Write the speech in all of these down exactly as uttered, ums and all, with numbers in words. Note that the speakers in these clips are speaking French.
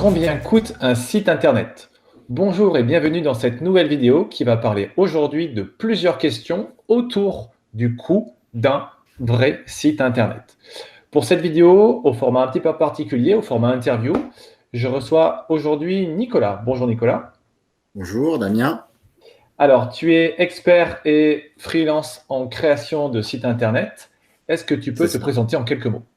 Combien coûte un site internet? Bonjour et bienvenue dans cette nouvelle vidéo qui va parler aujourd'hui de plusieurs questions autour du coût d'un vrai site internet. Pour cette vidéo, au format un petit peu particulier, au format interview, je reçois aujourd'hui Nicolas. Bonjour Nicolas. Bonjour Damien. Alors, tu es expert et freelance en création de sites internet. Est-ce que tu peux C'est te ça. présenter en quelques mots?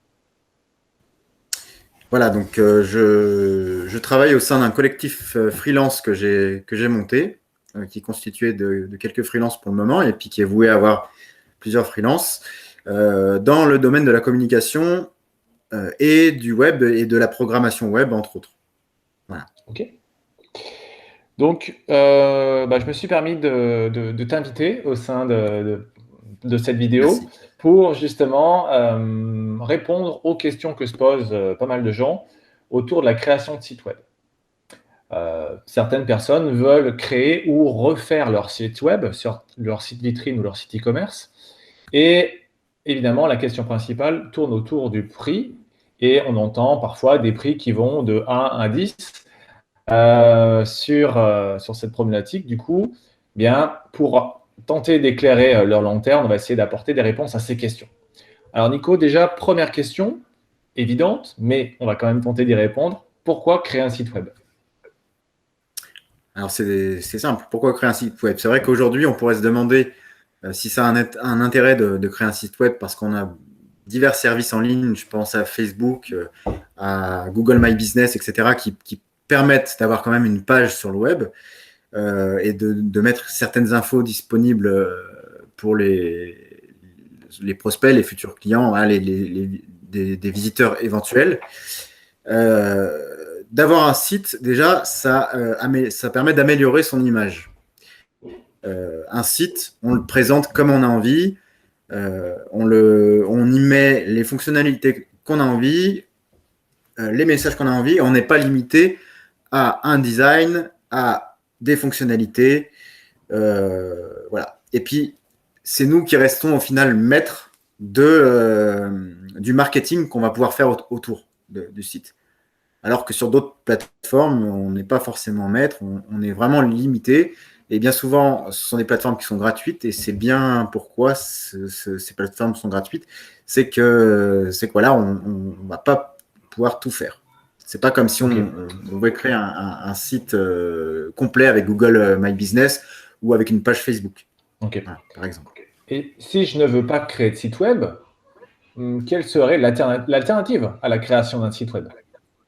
Voilà, donc euh, je, je travaille au sein d'un collectif euh, freelance que j'ai que j'ai monté, euh, qui est constitué de, de quelques freelances pour le moment, et puis qui est voué à avoir plusieurs freelances euh, dans le domaine de la communication euh, et du web et de la programmation web, entre autres. Voilà. Ok. Donc, euh, bah, je me suis permis de, de- de t'inviter au sein de, de- de cette vidéo Merci. pour justement euh, répondre aux questions que se posent euh, pas mal de gens autour de la création de sites web. Euh, certaines personnes veulent créer ou refaire leur site web, sur leur site vitrine ou leur site e-commerce. Et évidemment, la question principale tourne autour du prix. Et on entend parfois des prix qui vont de un à dix. Euh, sur, euh, sur cette problématique. Du coup, bien, pour tenter d'éclairer euh, leur lanterne, on va essayer d'apporter des réponses à ces questions. Alors Nico, déjà, première question, évidente, mais on va quand même tenter d'y répondre. Pourquoi créer un site web? Alors c'est c'est simple. Pourquoi créer un site web? C'est vrai qu'aujourd'hui, on pourrait se demander euh, si ça a un, int- un intérêt de, de créer un site web parce qu'on a divers services en ligne. Je pense à Facebook, euh, à Google My Business, et cetera, qui, qui permettent d'avoir quand même une page sur le web euh, et de, de mettre certaines infos disponibles euh, pour les, les prospects, les futurs clients, hein, les, les- les- des, des visiteurs éventuels. Euh, D'avoir un site, déjà, ça, euh, amé- ça permet d'améliorer son image. Euh, un site, on le présente comme on a envie, euh, on, le, on y met les fonctionnalités qu'on a envie, euh, les messages qu'on a envie, on n'est pas limité à un design, à des fonctionnalités. Euh, voilà. Et puis, c'est nous qui restons au final maîtres de, euh, du marketing qu'on va pouvoir faire autour de, du site. Alors que sur d'autres plateformes, on n'est pas forcément maître, on, on est vraiment limité. Et bien souvent, ce sont des plateformes qui sont gratuites, et c'est bien pourquoi ce, ce, ces plateformes sont gratuites. C'est que, c'est que voilà, on ne va pas pouvoir tout faire. C'est pas comme si on, Ok, on, on voulait créer un, un, un site euh, complet avec Google My Business ou avec une page Facebook, ok. voilà, par exemple. Et si je ne veux pas créer de site web, hum, quelle serait l'alterna- l'alternative à la création d'un site web?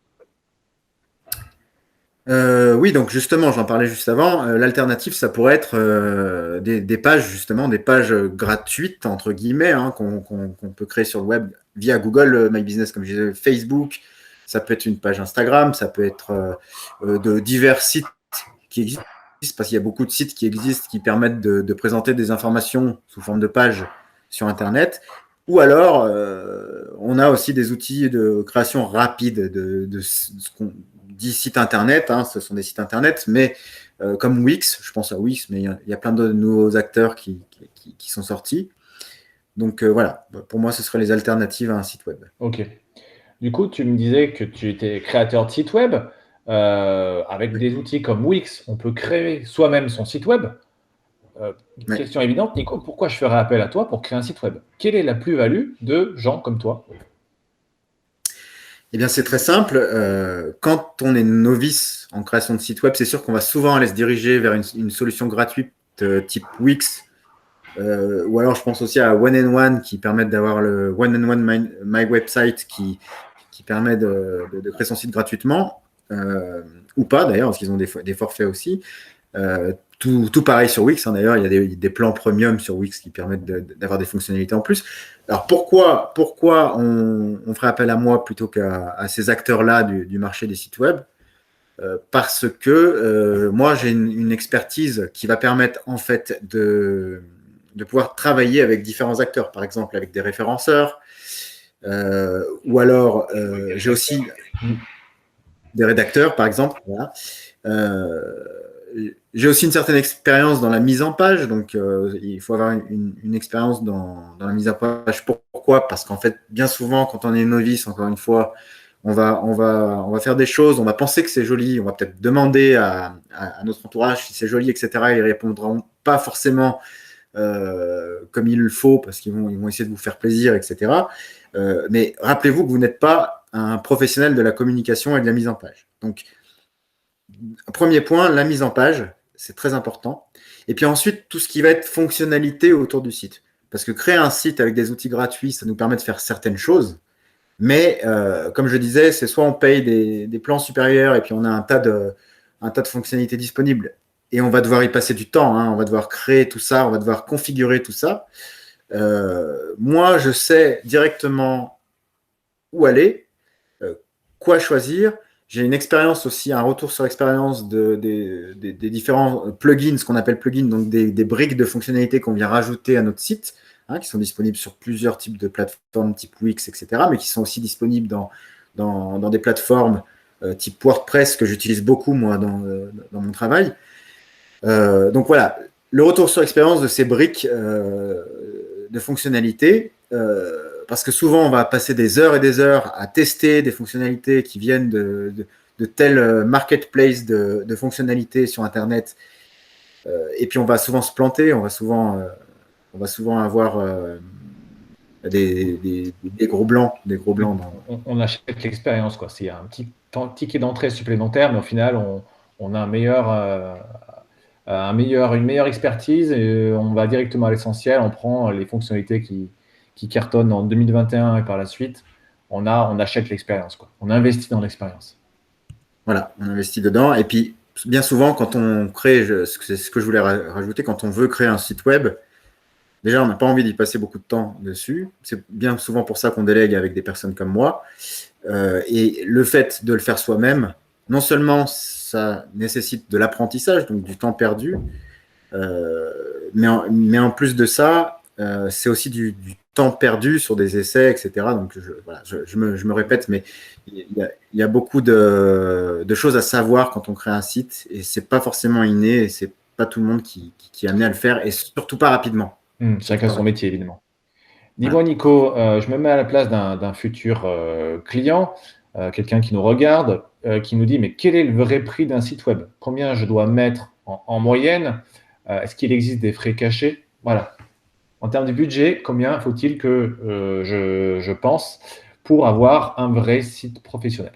Euh, oui, donc justement, j'en parlais juste avant. Euh, l'alternative, ça pourrait être euh, des, des pages, justement, des pages gratuites, entre guillemets, hein, qu'on qu'on- qu'on peut créer sur le web via Google euh, My Business, comme je disais, Facebook. Ça peut être une page Instagram, ça peut être euh, euh, de divers sites qui existent, parce qu'il y a beaucoup de sites qui existent qui permettent de, de présenter des informations sous forme de pages sur Internet. Ou alors, euh, on a aussi des outils de création rapide de, de, de ce qu'on dit site internet, hein, ce sont des sites internet, mais euh, comme Wix, je pense à Wix, mais il y, y, a plein de nouveaux acteurs qui, qui, qui sont sortis. Donc euh, voilà, pour moi, ce seraient les alternatives à un site web. Ok. Du coup, tu me disais que tu étais créateur de site web. Euh, avec Oui. des outils comme Wix, on peut créer soi-même son site web. Euh, Ouais. question évidente, Nico, pourquoi je ferais appel à toi pour créer un site web? Quelle est la plus-value de gens comme toi? Eh bien, c'est très simple. Euh, quand on est novice en création de site web, c'est sûr qu'on va souvent aller se diriger vers une, une solution gratuite euh, type Wix. Euh, ou alors, je pense aussi à One and One qui permettent d'avoir le One and One My, My Website qui, qui permet de, de, de créer son site gratuitement. Euh, ou pas d'ailleurs, parce qu'ils ont des, des forfaits aussi. Euh, tout, tout, pareil sur Wix, hein, d'ailleurs, il y a des, des, plans premium sur Wix qui permettent d'avoir des fonctionnalités en plus. Alors pourquoi, pourquoi on, on ferait appel à moi plutôt qu'à à ces acteurs-là du, du marché des sites web? euh, Parce que euh, moi, j'ai une, une expertise qui va permettre en fait de, de pouvoir travailler avec différents acteurs, par exemple avec des référenceurs, euh, ou alors euh, j'ai aussi des rédacteurs, par exemple. Voilà. Euh, j'ai aussi une certaine expérience dans la mise en page, donc euh, il faut avoir une, une expérience dans, dans, la mise en page. Pourquoi? Parce qu'en fait, bien souvent, quand on est novice, encore une fois, On va, on, va, on va faire des choses, on va penser que c'est joli, on va peut-être demander à, à, à notre entourage si c'est joli, et cetera. Ils ne répondront pas forcément euh, comme il le faut parce qu'ils vont, ils vont essayer de vous faire plaisir, et cetera. Euh, mais rappelez-vous que vous n'êtes pas un professionnel de la communication et de la mise en page. Donc, premier point, la mise en page, c'est très important. Et puis ensuite, tout ce qui va être fonctionnalité autour du site. Parce que créer un site avec des outils gratuits, ça nous permet de faire certaines choses. Mais euh, comme je disais, c'est soit on paye des, des plans supérieurs et puis on a un tas de, un tas de fonctionnalités disponibles et on va devoir y passer du temps. Hein, on va devoir créer tout ça, on va devoir configurer tout ça. Euh, moi, je sais directement où aller, euh, quoi choisir. J'ai une expérience aussi, un retour sur expérience de, de, de, des différents plugins, ce qu'on appelle plugins, donc des, des briques de fonctionnalités qu'on vient rajouter à notre site. Hein, qui sont disponibles sur plusieurs types de plateformes type Wix, et cetera, mais qui sont aussi disponibles dans, dans, dans des plateformes euh, type WordPress que j'utilise beaucoup, moi, dans, euh, dans mon travail. Euh, donc voilà, le retour sur expérience de ces briques euh, de fonctionnalités, euh, parce que souvent, on va passer des heures et des heures à tester des fonctionnalités qui viennent de, de, de tel marketplace de, de fonctionnalités sur Internet, euh, et puis on va souvent se planter, on va souvent... Euh, on va souvent avoir euh, des, des, des gros blancs. Des gros blancs dans... on, on achète l'expérience, quoi. C'est un petit ticket d'entrée supplémentaire, mais au final, on, on a un meilleur, euh, un meilleur, une meilleure expertise et on va directement à l'essentiel. On prend les fonctionnalités qui, qui cartonnent en deux mille vingt et un et par la suite, on, a, on achète l'expérience, quoi. On investit dans l'expérience. Voilà, on investit dedans. Et puis, bien souvent, quand on crée, c'est ce que je voulais rajouter, quand on veut créer un site web, déjà, on n'a pas envie d'y passer beaucoup de temps dessus. C'est bien souvent pour ça qu'on délègue avec des personnes comme moi. Euh, et le fait de le faire soi-même, non seulement ça nécessite de l'apprentissage, donc du temps perdu, euh, mais, en, mais en plus de ça, euh, c'est aussi du, du temps perdu sur des essais, et cetera. Donc, je, voilà, je, je, me, je me répète, mais il y a, il y a beaucoup de, de choses à savoir quand on crée un site, et c'est pas forcément inné, et c'est pas tout le monde qui, qui, qui est amené à le faire, et surtout pas rapidement. Mmh, chacun son métier, évidemment. Dis-moi, Nico, euh, je me mets à la place d'un futur euh, client, euh, quelqu'un qui nous regarde, euh, qui nous dit, mais quel est le vrai prix d'un site web? Combien je dois mettre en, en moyenne? euh, Est-ce qu'il existe des frais cachés? Voilà. En termes de budget, combien faut-il que euh, je, je pense pour avoir un vrai site professionnel?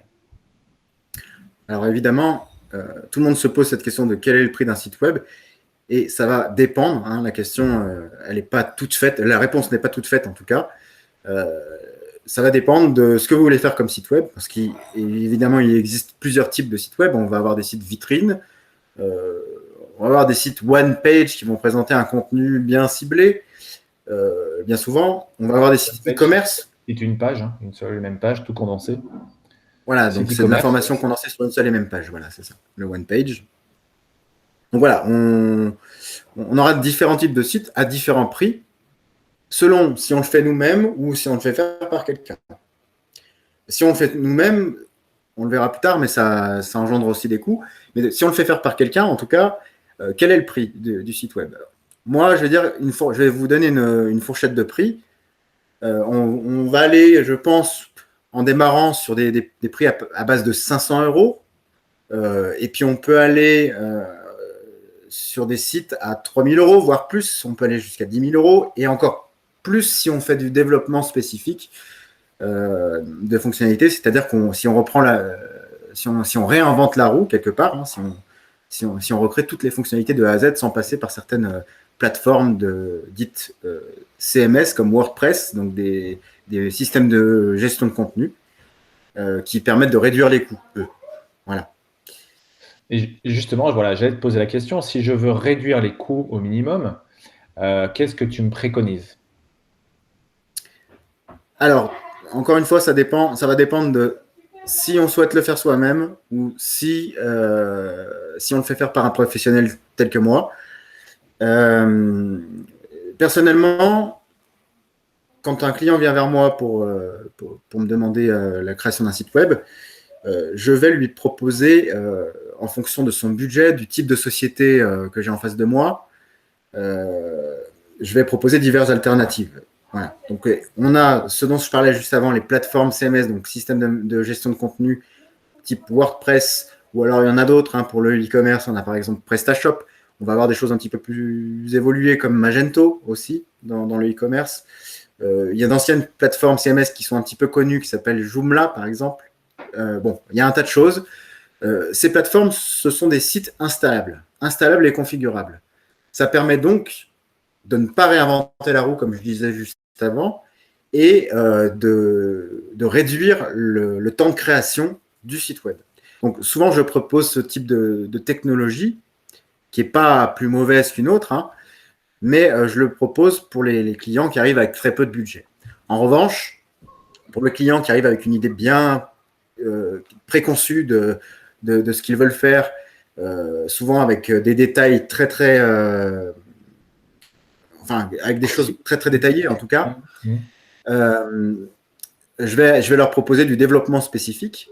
Alors évidemment, euh, tout le monde se pose cette question de quel est le prix d'un site web. Et ça va dépendre, hein, la question, euh, elle n'est pas toute faite, la réponse n'est pas toute faite en tout cas. Euh, ça va dépendre de ce que vous voulez faire comme site web, parce qu'évidemment, il existe plusieurs types de sites web. On va avoir des sites vitrines, euh, on va avoir des sites one page qui vont présenter un contenu bien ciblé, euh, bien souvent. On va avoir des sites e-commerce. C'est une page, hein, une seule et même page, tout condensé. Voilà, donc c'est de l'information condensée sur une seule et même page. Voilà, c'est ça, le one page. Donc voilà, on, on aura différents types de sites à différents prix, selon si on le fait nous-mêmes ou si on le fait faire par quelqu'un. Si on le fait nous-mêmes, on le verra plus tard, mais ça, ça engendre aussi des coûts. Mais si on le fait faire par quelqu'un, en tout cas, euh, quel est le prix de, du site web? Alors, moi, je vais, dire une four, je vais vous donner une, une fourchette de prix. Euh, on, on va aller, je pense, en démarrant sur des, des, des prix à, à base de cinq cents euros. Euh, et puis, on peut aller... Euh, sur des sites à trois mille euros, voire plus. On peut aller jusqu'à dix mille euros et encore plus si on fait du développement spécifique euh, de fonctionnalités. C'est-à-dire qu'on, si on reprend la, si on, si on réinvente la roue quelque part, hein, si, on, si, on, si on recrée toutes les fonctionnalités de A à Z sans passer par certaines euh, plateformes de, dites euh, C M S comme WordPress, donc des, des systèmes de gestion de contenu euh, qui permettent de réduire les coûts, eux. Voilà. Et justement, voilà, j'allais te poser la question, si je veux réduire les coûts au minimum, euh, qu'est-ce que tu me préconises? Alors, encore une fois, ça dépend, ça va dépendre de si on souhaite le faire soi-même ou si, euh, si on le fait faire par un professionnel tel que moi. Euh, personnellement, quand un client vient vers moi pour, euh, pour, pour me demander euh, la création d'un site web, euh, je vais lui proposer, euh, en fonction de son budget, du type de société euh, que j'ai en face de moi, euh, je vais proposer diverses alternatives. Voilà. Donc, on a ce dont je parlais juste avant, les plateformes C M S, donc système de, de gestion de contenu type WordPress, ou alors il y en a d'autres. Hein, pour le e-commerce, on a par exemple PrestaShop. On va avoir des choses un petit peu plus évoluées comme Magento aussi dans, dans le e-commerce. Euh, il y a d'anciennes plateformes C M S qui sont un petit peu connues, qui s'appellent Joomla par exemple. Euh, bon, il y a un tas de choses. Euh, ces plateformes, ce sont des sites installables, installables et configurables. Ça permet donc de ne pas réinventer la roue, comme je disais juste avant, et euh, de, de réduire le, le temps de création du site web. Donc souvent, je propose ce type de, de technologie qui n'est pas plus mauvaise qu'une autre, hein, mais euh, je le propose pour les, les clients qui arrivent avec très peu de budget. En revanche, pour le client qui arrive avec une idée bien euh, préconçue de, de, de ce qu'ils veulent faire, euh, souvent avec des détails très très euh, enfin avec des choses très très détaillées en tout cas, mmh. euh, je, vais, je vais leur proposer du développement spécifique.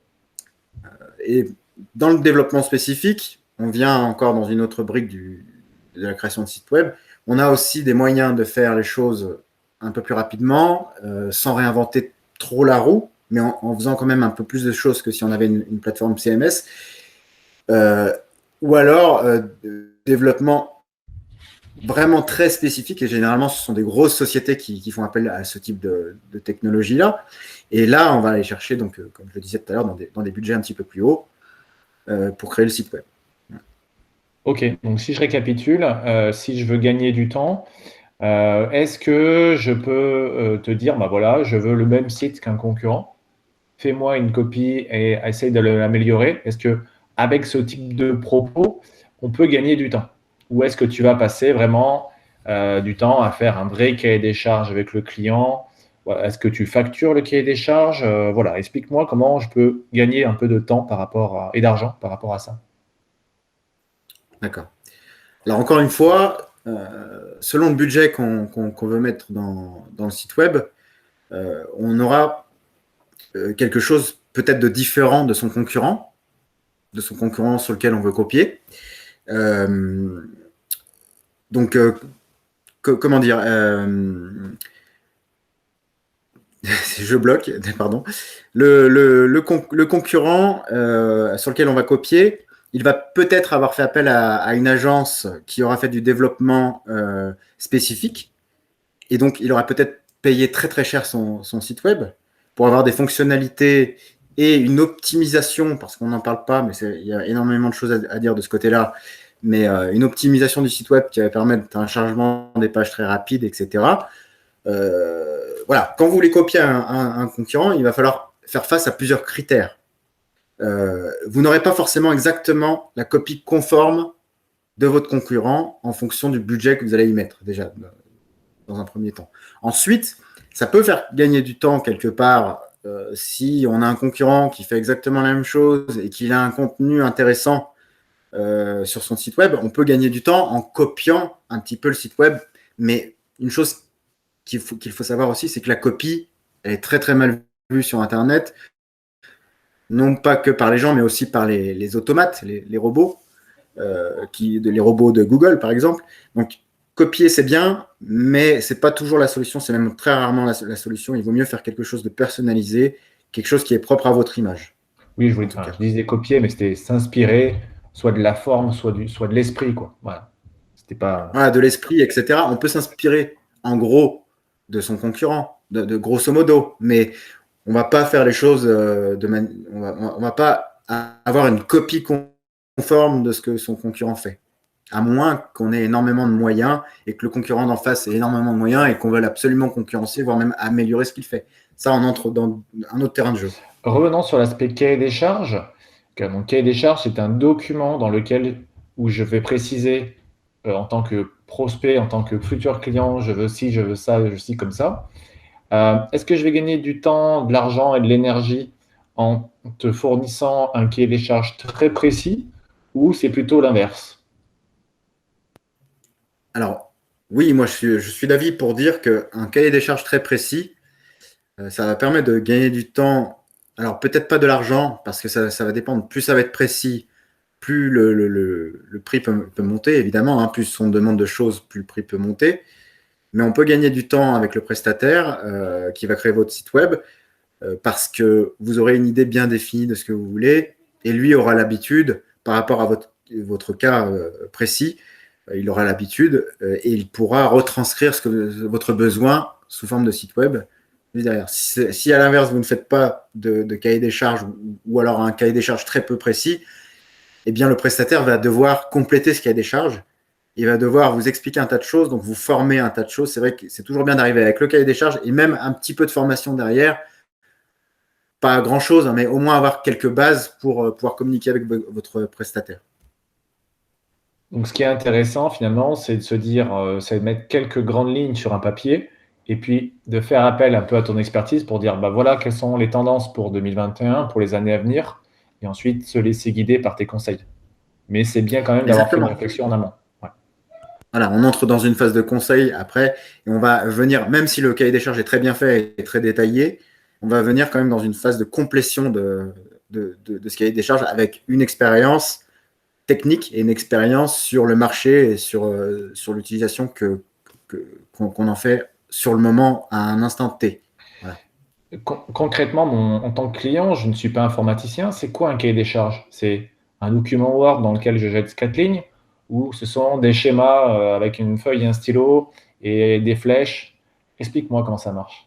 Et dans le développement spécifique, on vient encore dans une autre brique du, de la création de sites web. On a aussi des moyens de faire les choses un peu plus rapidement, euh, sans réinventer trop la roue, mais en, en faisant quand même un peu plus de choses que si on avait une, une plateforme C M S. Euh, ou alors, euh, développement vraiment très spécifique, et généralement, ce sont des grosses sociétés qui, qui font appel à ce type de, de technologie-là. Et là, on va aller chercher, donc, euh, comme je le disais tout à l'heure, dans des, dans des budgets un petit peu plus hauts euh, pour créer le site web. Ok, donc si je récapitule, euh, si je veux gagner du temps, euh, est-ce que je peux euh, te dire, bah voilà, je veux le même site qu'un concurrent, fais-moi une copie et essaye de l'améliorer. Est-ce que avec ce type de propos, on peut gagner du temps? Ou est-ce que tu vas passer vraiment euh, du temps à faire un vrai cahier des charges avec le client? Est-ce que tu factures le cahier des charges? euh, Voilà, explique-moi comment je peux gagner un peu de temps par rapport à, et d'argent par rapport à ça. D'accord. Alors, encore une fois, euh, selon le budget qu'on qu'on, qu'on veut mettre dans, dans le site web, euh, on aura euh, quelque chose peut-être de différent de son concurrent, de son concurrent sur lequel on veut copier. Euh, donc, euh, co- comment dire euh, je bloque, pardon. Le, le, le, con, le concurrent euh, sur lequel on va copier, il va peut-être avoir fait appel à, à une agence qui aura fait du développement euh, spécifique. Et donc, il aura peut-être payé très très cher son, son site web pour avoir des fonctionnalités et une optimisation, parce qu'on n'en parle pas, mais il y a énormément de choses à, à dire de ce côté-là, mais euh, une optimisation du site web qui va permettre un chargement des pages très rapide, et cetera. Euh, voilà, quand vous voulez copier un, un, un, concurrent, il va falloir faire face à plusieurs critères. Euh, vous n'aurez pas forcément exactement la copie conforme de votre concurrent en fonction du budget que vous allez y mettre, déjà, dans un premier temps. Ensuite, ça peut faire gagner du temps quelque part euh, si on a un concurrent qui fait exactement la même chose et qu'il a un contenu intéressant euh, sur son site web, on peut gagner du temps en copiant un petit peu le site web. Mais une chose qu'il faut, qu'il faut savoir aussi, c'est que la copie elle est très très mal vue sur Internet, non pas que par les gens, mais aussi par les, les automates, les, les robots, euh, qui, les robots de Google par exemple. Donc copier c'est bien, mais c'est pas toujours la solution, c'est même très rarement la, la solution. Il vaut mieux faire quelque chose de personnalisé, quelque chose qui est propre à votre image. Oui, je voulais, enfin, je disais copier, mais c'était s'inspirer, soit de la forme, soit, du, soit de l'esprit, quoi. Voilà. C'était pas. Voilà, de l'esprit, et cetera. On peut s'inspirer, en gros, de son concurrent, de, de grosso modo, mais on va pas faire les choses euh, de manière. On va, on va pas avoir une copie conforme de ce que son concurrent fait. À moins qu'on ait énormément de moyens et que le concurrent d'en face ait énormément de moyens et qu'on veuille absolument concurrencer, voire même améliorer ce qu'il fait. Ça, on entre dans un autre terrain de jeu. Revenons sur l'aspect cahier des charges. Donc, cahier des charges, c'est un document dans lequel où je vais préciser euh, en tant que prospect, en tant que futur client, je veux ci, je veux ça, je veux ci comme ça. Euh, est-ce que je vais gagner du temps, de l'argent et de l'énergie en te fournissant un cahier des charges très précis ou c'est plutôt l'inverse? Alors, oui, moi je suis, je suis d'avis pour dire qu'un cahier des charges très précis, euh, ça va permettre de gagner du temps. Alors, peut-être pas de l'argent, parce que ça, ça va dépendre. Plus ça va être précis, plus le, le, le, le prix peut, peut monter, évidemment. Hein, plus on demande de choses, plus le prix peut monter. mais on peut gagner du temps avec le prestataire euh, qui va créer votre site web euh, parce que vous aurez une idée bien définie de ce que vous voulez et lui aura l'habitude, par rapport à votre, votre cas euh, précis, euh, il aura l'habitude euh, et il pourra retranscrire ce que, votre besoin sous forme de site web derrière. Si, si à l'inverse, vous ne faites pas de, de cahier des charges ou, ou alors un cahier des charges très peu précis, eh bien, le prestataire va devoir compléter ce cahier des charges. Il va devoir vous expliquer un tas de choses, donc vous former un tas de choses. C'est vrai que c'est toujours bien d'arriver avec le cahier des charges et même un petit peu de formation derrière. Pas grand-chose, hein, mais au moins avoir quelques bases pour euh, pouvoir communiquer avec votre prestataire. Donc, ce qui est intéressant, finalement, c'est de se dire, euh, c'est de mettre quelques grandes lignes sur un papier et puis de faire appel un peu à ton expertise pour dire, bah voilà, quelles sont les tendances pour deux mille vingt et un, pour les années à venir, et ensuite se laisser guider par tes conseils. Mais c'est bien quand même d'avoir fait une Exactement. réflexion en amont. Ouais. Voilà, on entre dans une phase de conseil après et on va venir, même si le cahier des charges est très bien fait et très détaillé, on va venir quand même dans une phase de complétion de, de, de, de ce cahier des charges avec une expérience technique et une expérience sur le marché et sur, euh, sur l'utilisation que, que, qu'on, qu'on en fait sur le moment à un instant T. Voilà. Con- concrètement, mon- en tant que client, je ne suis pas informaticien. C'est quoi un cahier des charges? C'est un document Word dans lequel je jette quatre lignes ou ce sont des schémas euh, avec une feuille et un stylo et des flèches? Explique-moi comment ça marche.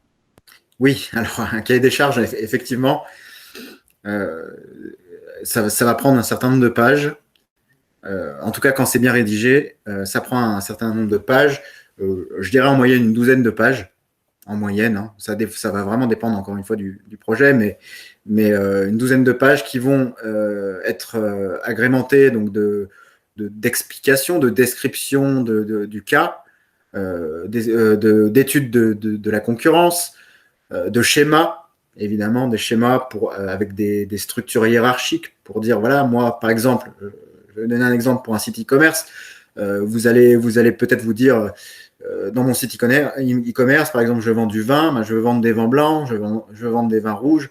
Oui, alors un cahier des charges, effectivement, euh, ça, ça va prendre un certain nombre de pages. Euh, en tout cas, quand c'est bien rédigé, euh, ça prend un certain nombre de pages. Euh, je dirais en moyenne une douzaine de pages. En moyenne, hein. ça, ça, va vraiment dépendre encore une fois du, du projet, mais, mais euh, une douzaine de pages qui vont euh, être euh, agrémentées donc de, de, d'explications, de descriptions de, de, du cas, euh, des, euh, de, d'études de, de, de la concurrence, euh, de schémas, évidemment, des schémas pour, euh, avec des, des structures hiérarchiques pour dire, voilà, moi, par exemple, euh, je vais donner un exemple pour un site e-commerce, euh, vous allez, vous allez peut-être vous dire, euh, dans mon site e-commerce, par exemple, je vends du vin, ben, je veux vendre des vins blancs, je veux, je veux vendre des vins rouges,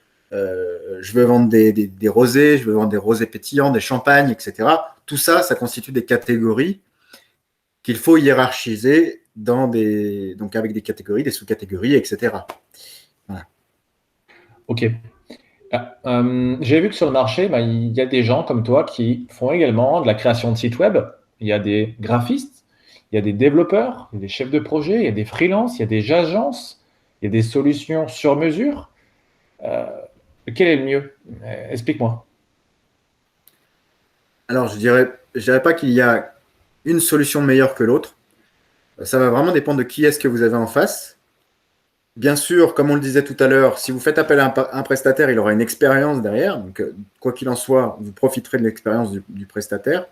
euh, je veux vendre des, des, des rosés, je veux vendre des rosés pétillants, des champagnes, et cetera. Tout ça, ça constitue des catégories qu'il faut hiérarchiser dans des, donc avec des catégories, des sous-catégories, et cetera. Voilà. Ok. Ah, euh, j'ai vu que sur le marché, bah, il y a des gens comme toi qui font également de la création de sites web. Il y a des graphistes, il y a des développeurs, il y a des chefs de projet, il y a des freelances, il y a des agences, il y a des solutions sur mesure. Euh, Quel est le mieux? Euh, Explique-moi. Alors, je dirais, je dirais pas qu'il y a une solution meilleure que l'autre. Ça va vraiment dépendre de qui est-ce que vous avez en face. Bien sûr, comme on le disait tout à l'heure, si vous faites appel à un, un prestataire, il aura une expérience derrière. Donc, euh, quoi qu'il en soit, vous profiterez de l'expérience du, du prestataire.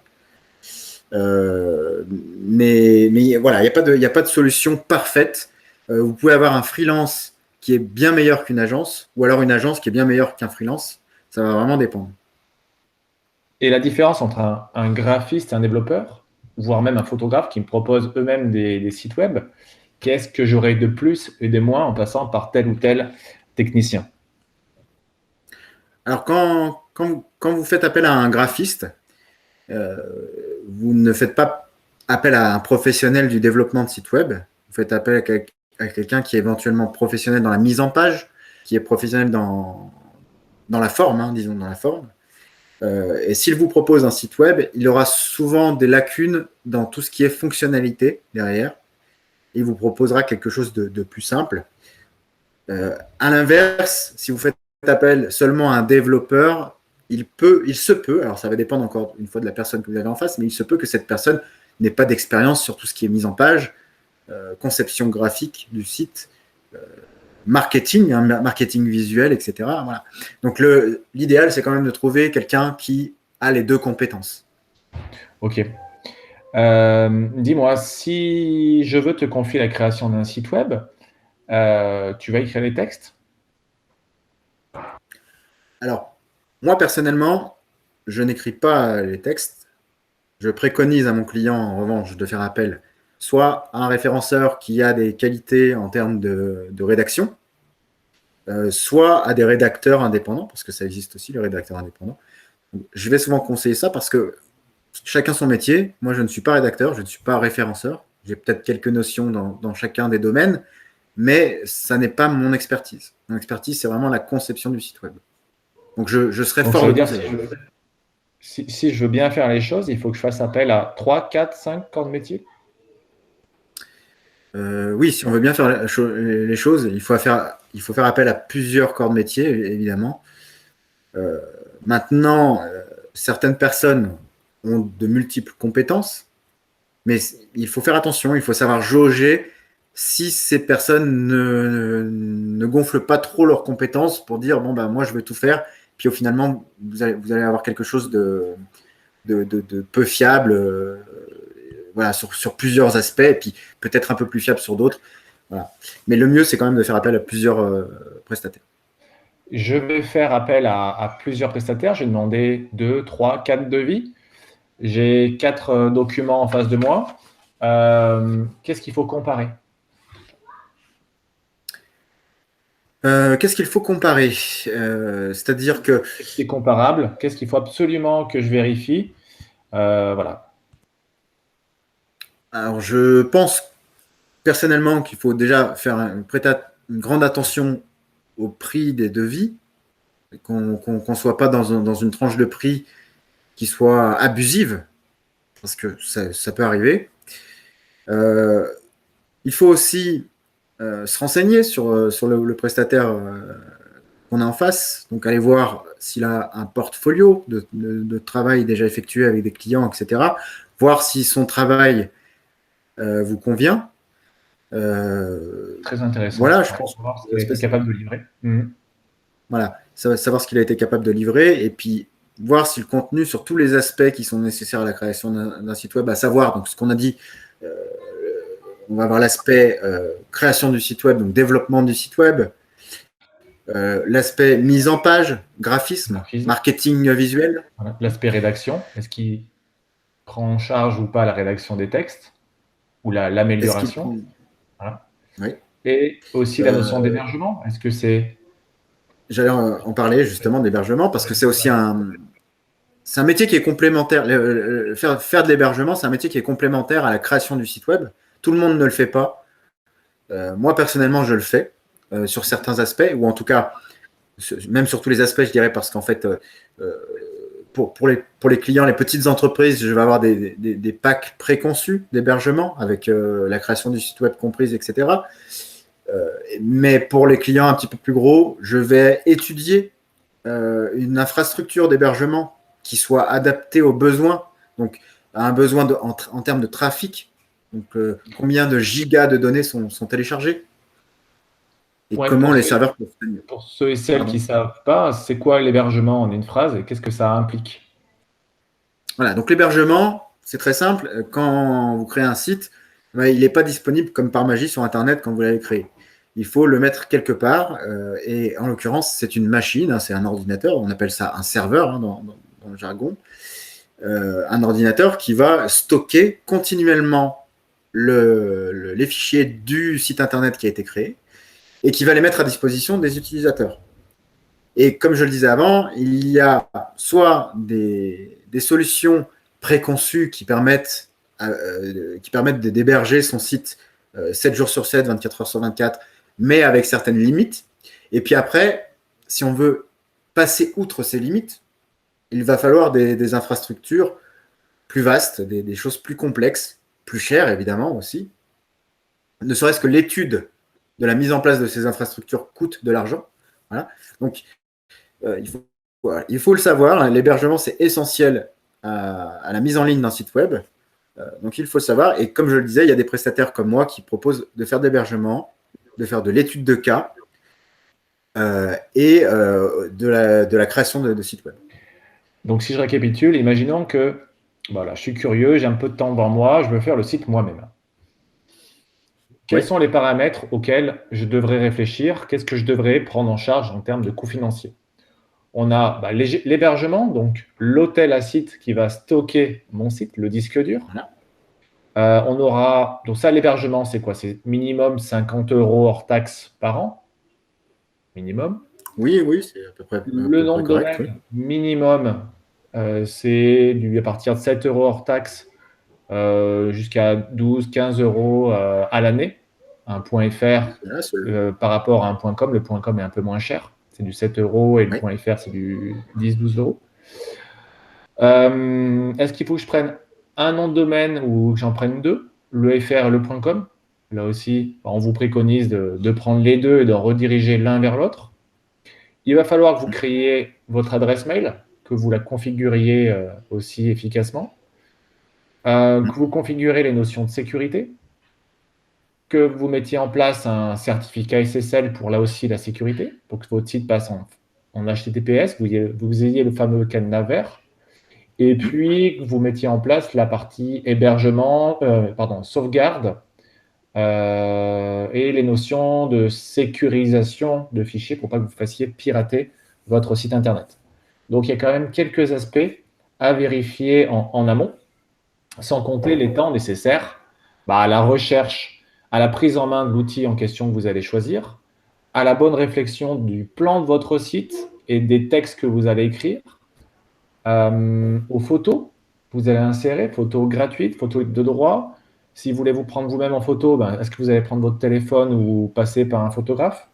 Euh, mais, mais voilà, il n'y a, pas de, y a pas de solution parfaite. Euh, vous pouvez avoir un freelance qui est bien meilleur qu'une agence, ou alors une agence qui est bien meilleure qu'un freelance. Ça va vraiment dépendre. Et la différence entre un, un graphiste et un développeur, voire même un photographe qui me propose eux-mêmes des, des sites web, qu'est-ce que j'aurai de plus et de moins en passant par tel ou tel technicien? Alors, quand, quand, quand vous faites appel à un graphiste, euh, vous ne faites pas appel à un professionnel du développement de site web. Vous faites appel à, à quelqu'un qui est éventuellement professionnel dans la mise en page, qui est professionnel dans, dans la forme, hein, disons dans la forme. Euh, et s'il vous propose un site web, il aura souvent des lacunes dans tout ce qui est fonctionnalité derrière. Il vous proposera quelque chose de, de plus simple. Euh, à l'inverse, si vous faites appel seulement à un développeur, il peut, il se peut, alors ça va dépendre encore une fois de la personne que vous avez en face, mais il se peut que cette personne n'ait pas d'expérience sur tout ce qui est mise en page, euh, conception graphique du site, euh, marketing, hein, marketing visuel, et cetera. Voilà. Donc le, l'idéal, c'est quand même de trouver quelqu'un qui a les deux compétences. Ok. Euh, dis-moi, si je veux te confier la création d'un site web, euh, tu vas écrire les textes? Alors, moi personnellement, je n'écris pas les textes. Je préconise à mon client, en revanche, de faire appel soit à un référenceur qui a des qualités en termes de, de rédaction, euh, soit à des rédacteurs indépendants, parce que ça existe aussi, les rédacteurs indépendants. Donc, je vais souvent conseiller ça parce que chacun son métier. Moi, je ne suis pas rédacteur, je ne suis pas référenceur. j'ai peut-être quelques notions dans, dans chacun des domaines, mais ça n'est pas mon expertise. Mon expertise, c'est vraiment la conception du site web. Donc, je, je serais Donc, fort ça le veut dire si conseiller. je, veux, si, si je veux bien faire les choses, il faut que je fasse appel à trois, quatre, cinq corps de métier. Euh, oui, si on veut bien faire les choses, il faut faire, il faut faire appel à plusieurs corps de métier, évidemment. Euh, maintenant, euh, certaines personnes ont de multiples compétences, mais il faut faire attention, il faut savoir jauger si ces personnes ne, ne gonflent pas trop leurs compétences pour dire, bon, ben, moi, je veux tout faire, puis au finalement, vous allez, vous allez avoir quelque chose de, de, de, de peu fiable, euh, voilà, sur, sur plusieurs aspects, et puis peut-être un peu plus fiable sur d'autres. Voilà. Mais le mieux, c'est quand même de faire appel à plusieurs euh, prestataires. Je vais faire appel à, à plusieurs prestataires. J'ai demandé deux, trois, quatre devis. J'ai quatre euh, documents en face de moi. Euh, Qu'est-ce qu'il faut comparer? Euh, Qu'est-ce qu'il faut comparer? euh, C'est-à-dire que… Qu'est-ce qui est comparable? Qu'est-ce qu'il faut absolument que je vérifie? euh, Voilà. Alors, je pense personnellement qu'il faut déjà faire une, une grande attention au prix des devis, qu'on ne qu qu soit pas dans, un, dans une tranche de prix qui soit abusive, parce que ça, ça peut arriver. Euh, il faut aussi euh, se renseigner sur, sur le, le prestataire euh, qu'on a en face, donc aller voir s'il a un portfolio de, de, de travail déjà effectué avec des clients, et cetera. Voir si son travail euh, vous convient. Euh, Très intéressant. voilà, je Ouais, pense. pour voir ce qu'il a été capable de livrer. Mmh. Voilà, savoir ce qu'il a été capable de livrer et puis voir si le contenu sur tous les aspects qui sont nécessaires à la création d'un site web, à savoir, donc ce qu'on a dit, euh, on va avoir l'aspect euh, création du site web, donc développement du site web, euh, l'aspect mise en page, graphisme, Graphisme. marketing visuel. Voilà. L'aspect rédaction, est-ce qu'il prend en charge ou pas la rédaction des textes ou l'amélioration? Prend... Voilà. Oui. Et aussi la notion Euh, d'hébergement. Est-ce que c'est… J'allais en parler justement d'hébergement parce que c'est aussi un, c'est un métier qui est complémentaire. Le, le, faire, faire de l'hébergement, c'est un métier qui est complémentaire à la création du site web. Tout le monde ne le fait pas. Euh, moi, personnellement, je le fais euh, sur certains aspects, ou en tout cas, même sur tous les aspects, je dirais, parce qu'en fait, euh, pour, pour, les, pour les clients, les petites entreprises, je vais avoir des, des, des packs préconçus d'hébergement avec euh, la création du site web comprise, et cetera. Euh, mais pour les clients un petit peu plus gros, je vais étudier euh, une infrastructure d'hébergement qui soit adaptée aux besoins, donc à un besoin de, en, en termes de trafic, donc euh, combien de gigas de données sont, sont téléchargés et Ouais, comment pour les ceux, serveurs peuvent tenir. pour ceux et celles qui Pardon. ne savent pas, c'est quoi l'hébergement en une phrase et qu'est-ce que ça implique? Voilà, donc l'hébergement, c'est très simple. Quand vous créez un site, ben, il n'est pas disponible comme par magie sur Internet quand vous l'avez créé. Il faut le mettre quelque part, euh, et en l'occurrence, c'est une machine, hein, c'est un ordinateur, on appelle ça un serveur hein, dans, dans, dans le jargon. Euh, un ordinateur qui va stocker continuellement le, le, les fichiers du site internet qui a été créé et qui va les mettre à disposition des utilisateurs. Et comme je le disais avant, il y a soit des, des solutions préconçues qui permettent, euh, qui permettent d'héberger son site euh, sept jours sur sept, vingt-quatre heures sur vingt-quatre, mais avec certaines limites. Et puis après, si on veut passer outre ces limites, il va falloir des, des infrastructures plus vastes, des, des, choses plus complexes, plus chères évidemment aussi. Ne serait-ce que l'étude de la mise en place de ces infrastructures coûte de l'argent. Voilà. Donc, euh, il, faut, voilà. il faut le savoir, l'hébergement c'est essentiel à, à, la mise en ligne d'un site web. Euh, donc, il faut le savoir. Et comme je le disais, il y a des prestataires comme moi qui proposent de faire de l'hébergement, de faire de l'étude de cas euh, et euh, de, la, de la création de, de sites web. Donc, si je récapitule, imaginons que voilà, je suis curieux, j'ai un peu de temps devant moi, je veux faire le site moi-même. Quels Oui. sont les paramètres auxquels je devrais réfléchir? Qu'est-ce que je devrais prendre en charge en termes de coûts financiers? On a bah, l'hébergement, donc l'hôtel à site qui va stocker mon site, le disque dur. Voilà. Euh, on aura, donc ça, l'hébergement, c'est quoi? C'est minimum cinquante euros hors taxes par an. Minimum. Oui, oui, c'est à peu près, à Le peu nom près de correct. domaine Oui. minimum, euh, c'est à partir de sept euros hors taxes euh, jusqu'à douze, quinze euros euh, à l'année. Un point .fr Là, c'est le- euh, par rapport à un point .com, le point .com est un peu moins cher. C'est du sept euros et le Oui. point .fr, c'est du dix, douze euros. Euh, Est-ce qu'il faut que je prenne un nom de domaine ou que j'en prenne deux, le .fr et le .com? Là aussi, on vous préconise de, de prendre les deux et de rediriger l'un vers l'autre. Il va falloir que vous créiez votre adresse mail, que vous la configuriez euh, aussi efficacement, euh, que vous configurez les notions de sécurité, que vous mettiez en place un certificat S S L pour là aussi la sécurité, pour que votre site passe en, en H T T P S, vous ayez, vous ayez le fameux cadenas vert, et puis que vous mettiez en place la partie hébergement, euh, pardon, sauvegarde, euh, et les notions de sécurisation de fichiers pour pas que vous fassiez pirater votre site internet. Donc il y a quand même quelques aspects à vérifier en, en amont, sans compter les temps nécessaires bah, à la recherche, à la prise en main de l'outil en question que vous allez choisir, à la bonne réflexion du plan de votre site et des textes que vous allez écrire, euh, aux photos que vous allez insérer, photos gratuites, photos de droit. Si vous voulez vous prendre vous-même en photo, ben, est-ce que vous allez prendre votre téléphone ou passer par un photographe?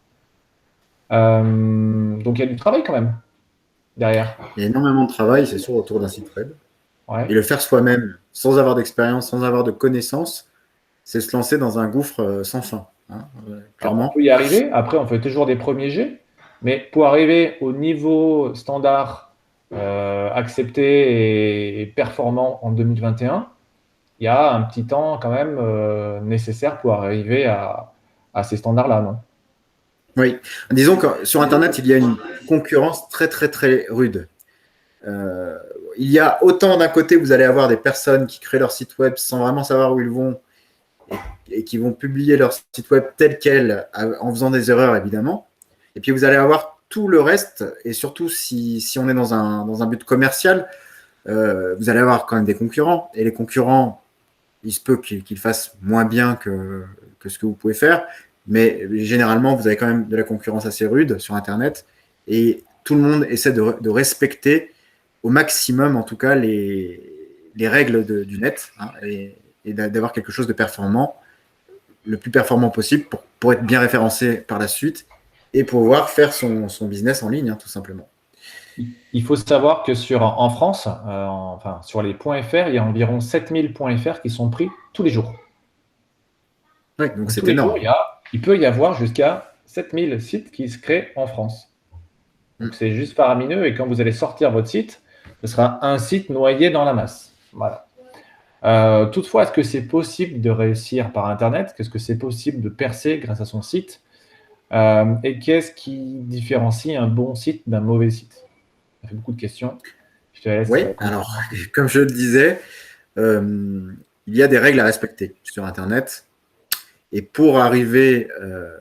Euh, donc il y a du travail quand même derrière. Il y a énormément de travail, c'est sûr, autour d'un site web. Ouais. Et le faire soi-même, sans avoir d'expérience, sans avoir de connaissances, c'est se lancer dans un gouffre euh, sans fin. Hein, euh, Alors, on clairement. peut y arriver. Après, on fait toujours des premiers jets. Mais pour arriver au niveau standard euh, accepté et, et performant en deux mille vingt et un, il y a un petit temps quand même euh, nécessaire pour arriver à, à ces standards-là, non? Oui. Disons que sur Internet, il y a une concurrence très, très, très rude. Euh, il y a autant d'un côté, vous allez avoir des personnes qui créent leur site web sans vraiment savoir où ils vont et, et qui vont publier leur site web tel quel, en faisant des erreurs, évidemment. Et puis, vous allez avoir tout le reste, et surtout si, si on est dans un, dans un but commercial, euh, vous allez avoir quand même des concurrents. Et les concurrents, il se peut qu'ils qu'ils fassent moins bien que, que ce que vous pouvez faire, mais généralement, vous avez quand même de la concurrence assez rude sur Internet, et tout le monde essaie de, de respecter au maximum, en tout cas, les, les règles de, du net, hein, et, et d'avoir quelque chose de performant, le plus performant possible pour, pour être bien référencé par la suite et pouvoir faire son, son business en ligne, hein, tout simplement. Il faut savoir que sur, en France, euh, en- enfin, sur les .fr, il y a environ sept mille .fr qui sont pris tous les jours. Oui, donc Donc, tous c'est les jours, énorme. il, y a, il peut y avoir jusqu'à sept mille sites qui se créent en France. Donc, Mm. c'est juste faramineux. Et quand vous allez sortir votre site, ce sera un site noyé dans la masse. Voilà. Euh, toutefois, est-ce que c'est possible de réussir par Internet? Est-ce que c'est possible de percer grâce à son site? Euh, et qu'est-ce qui différencie un bon site d'un mauvais site? Ça fait beaucoup de questions. Je te laisse. Oui, euh, alors, comme je le disais, euh, il y a des règles à respecter sur Internet. Et pour arriver euh,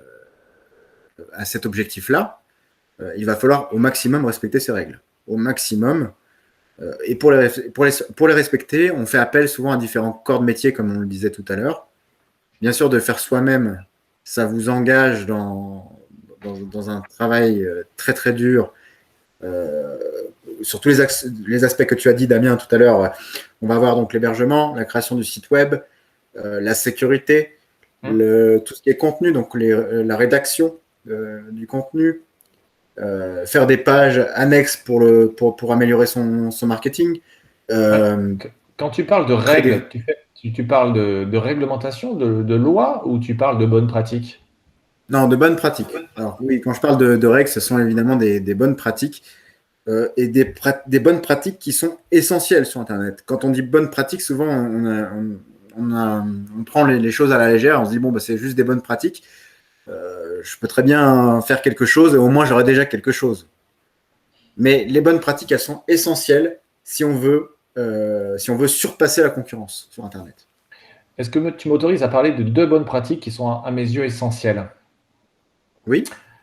à cet objectif-là, euh, il va falloir au maximum respecter ces règles. Au maximum. Euh, et pour les, pour, les, pour les respecter, on fait appel souvent à différents corps de métier, comme on le disait tout à l'heure. Bien sûr, de le faire soi-même, ça vous engage dans, dans, dans un travail très très dur. Euh, sur tous les, axes, les aspects que tu as dit, Damien, tout à l'heure, on va voir donc l'hébergement, la création du site web, euh, la sécurité, mmh. le, tout ce qui est contenu, donc les, la rédaction euh, du contenu, euh, faire des pages annexes pour, le, pour, pour améliorer son, son marketing. Euh, Quand tu parles de règles, des... tu, fais, tu, tu parles de, de réglementation, de, de loi, ou tu parles de bonnes pratiques? Non, de bonnes pratiques. Alors oui, quand je parle de, de règles, ce sont évidemment des, des bonnes pratiques euh, et des, des bonnes pratiques qui sont essentielles sur Internet. Quand on dit bonnes pratiques, souvent on, a, on, on, a, on prend les, les choses à la légère, on se dit bon, bah, c'est juste des bonnes pratiques. Euh, je peux très bien faire quelque chose et au moins j'aurai déjà quelque chose. Mais les bonnes pratiques, elles sont essentielles si on veut, euh, si on veut surpasser la concurrence sur Internet. Est-ce que tu m'autorises à parler de deux bonnes pratiques qui sont à mes yeux essentielles? Oui.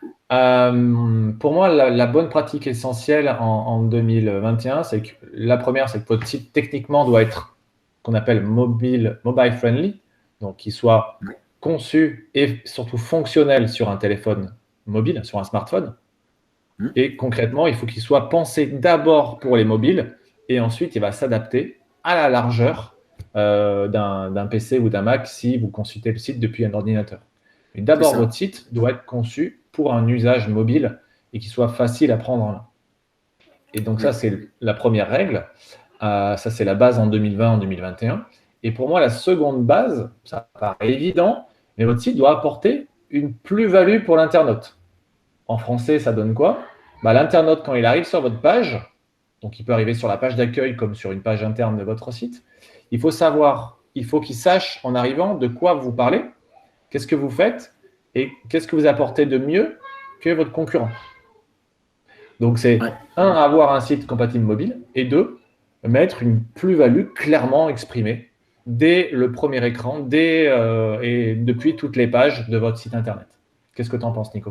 Euh, pour moi, la, la bonne pratique essentielle en, en deux mille vingt et un, c'est que la première, c'est que votre site techniquement doit être qu'on appelle mobile, mobile friendly, donc qu'il soit oui. conçu et surtout fonctionnel sur un téléphone mobile, sur un smartphone. Mmh. Et concrètement, il faut qu'il soit pensé d'abord pour les mobiles et ensuite il va s'adapter à la largeur euh, d'un d'un P C ou d'un Mac si vous consultez le site depuis un ordinateur. Mais d'abord, votre site doit être conçu pour un usage mobile et qu'il soit facile à prendre en main. Et donc, oui. Ça, c'est la première règle. Euh, ça, c'est la base en deux mille vingt, en deux mille vingt et un. Et pour moi, la seconde base, ça paraît évident, mais votre site doit apporter une plus-value pour l'internaute. En français, ça donne quoi? Bah, l'internaute, quand il arrive sur votre page, donc il peut arriver sur la page d'accueil comme sur une page interne de votre site, il faut savoir, il faut qu'il sache en arrivant de quoi vous parlez, qu'est-ce que vous faites et qu'est-ce que vous apportez de mieux que votre concurrent. Donc, c'est ouais. un, avoir un site compatible mobile et deux, mettre une plus-value clairement exprimée dès le premier écran dès, euh, et depuis toutes les pages de votre site Internet. Qu'est-ce que tu en penses, Nico?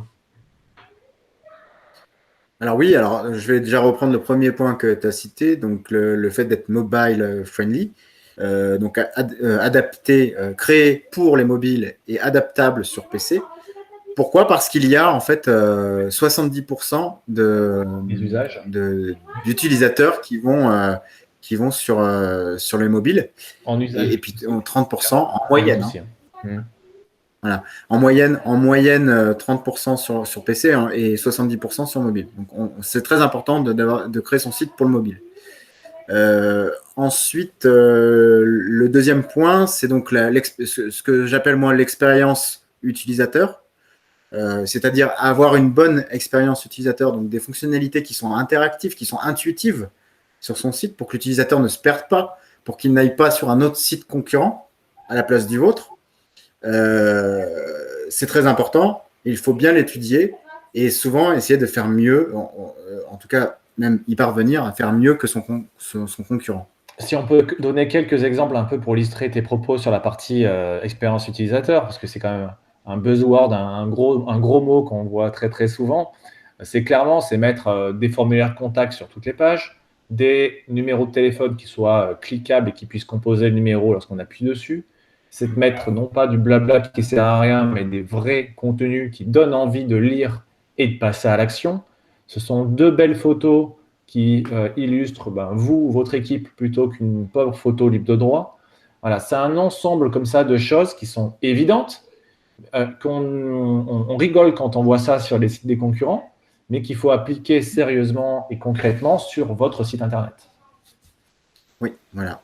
Alors oui, alors je vais déjà reprendre le premier point que tu as cité, donc le, le fait d'être mobile friendly, euh, donc ad, euh, adapté, euh, créé pour les mobiles et adaptable sur P C. Pourquoi? Parce qu'il y a en fait euh, soixante-dix pour cent de, de, d'utilisateurs qui vont, euh, qui vont sur, euh, sur les mobiles en usage. Et, et puis trente pour cent en moyenne. Hein. Mmh. Voilà. En moyenne, en moyenne, trente pour cent sur, sur P C hein, et soixante-dix pour cent sur mobile. Donc, on, c'est très important de, de créer son site pour le mobile. Euh, ensuite, euh, le deuxième point, c'est donc la, ce que j'appelle moi l'expérience utilisateur, euh, c'est-à-dire avoir une bonne expérience utilisateur, donc des fonctionnalités qui sont interactives, qui sont intuitives sur son site pour que l'utilisateur ne se perde pas, pour qu'il n'aille pas sur un autre site concurrent à la place du vôtre. Euh, c'est très important, il faut bien l'étudier et souvent essayer de faire mieux, en, en tout cas même y parvenir à faire mieux que son, son, son concurrent. Si on peut donner quelques exemples un peu pour illustrer tes propos sur la partie euh, expérience utilisateur, parce que c'est quand même un buzzword, un, un, gros, un gros mot qu'on voit très très souvent, c'est clairement c'est mettre euh, des formulaires de contact sur toutes les pages, des numéros de téléphone qui soient euh, cliquables et qui puissent composer le numéro lorsqu'on appuie dessus. C'est de mettre non pas du blabla qui ne sert à rien, mais des vrais contenus qui donnent envie de lire et de passer à l'action. Ce sont deux belles photos qui euh, illustrent ben, vous, votre équipe, plutôt qu'une pauvre photo libre de droit. Voilà, c'est un ensemble comme ça de choses qui sont évidentes, euh, qu'on on, on rigole quand on voit ça sur les sites des concurrents, mais qu'il faut appliquer sérieusement et concrètement sur votre site Internet. Oui, voilà.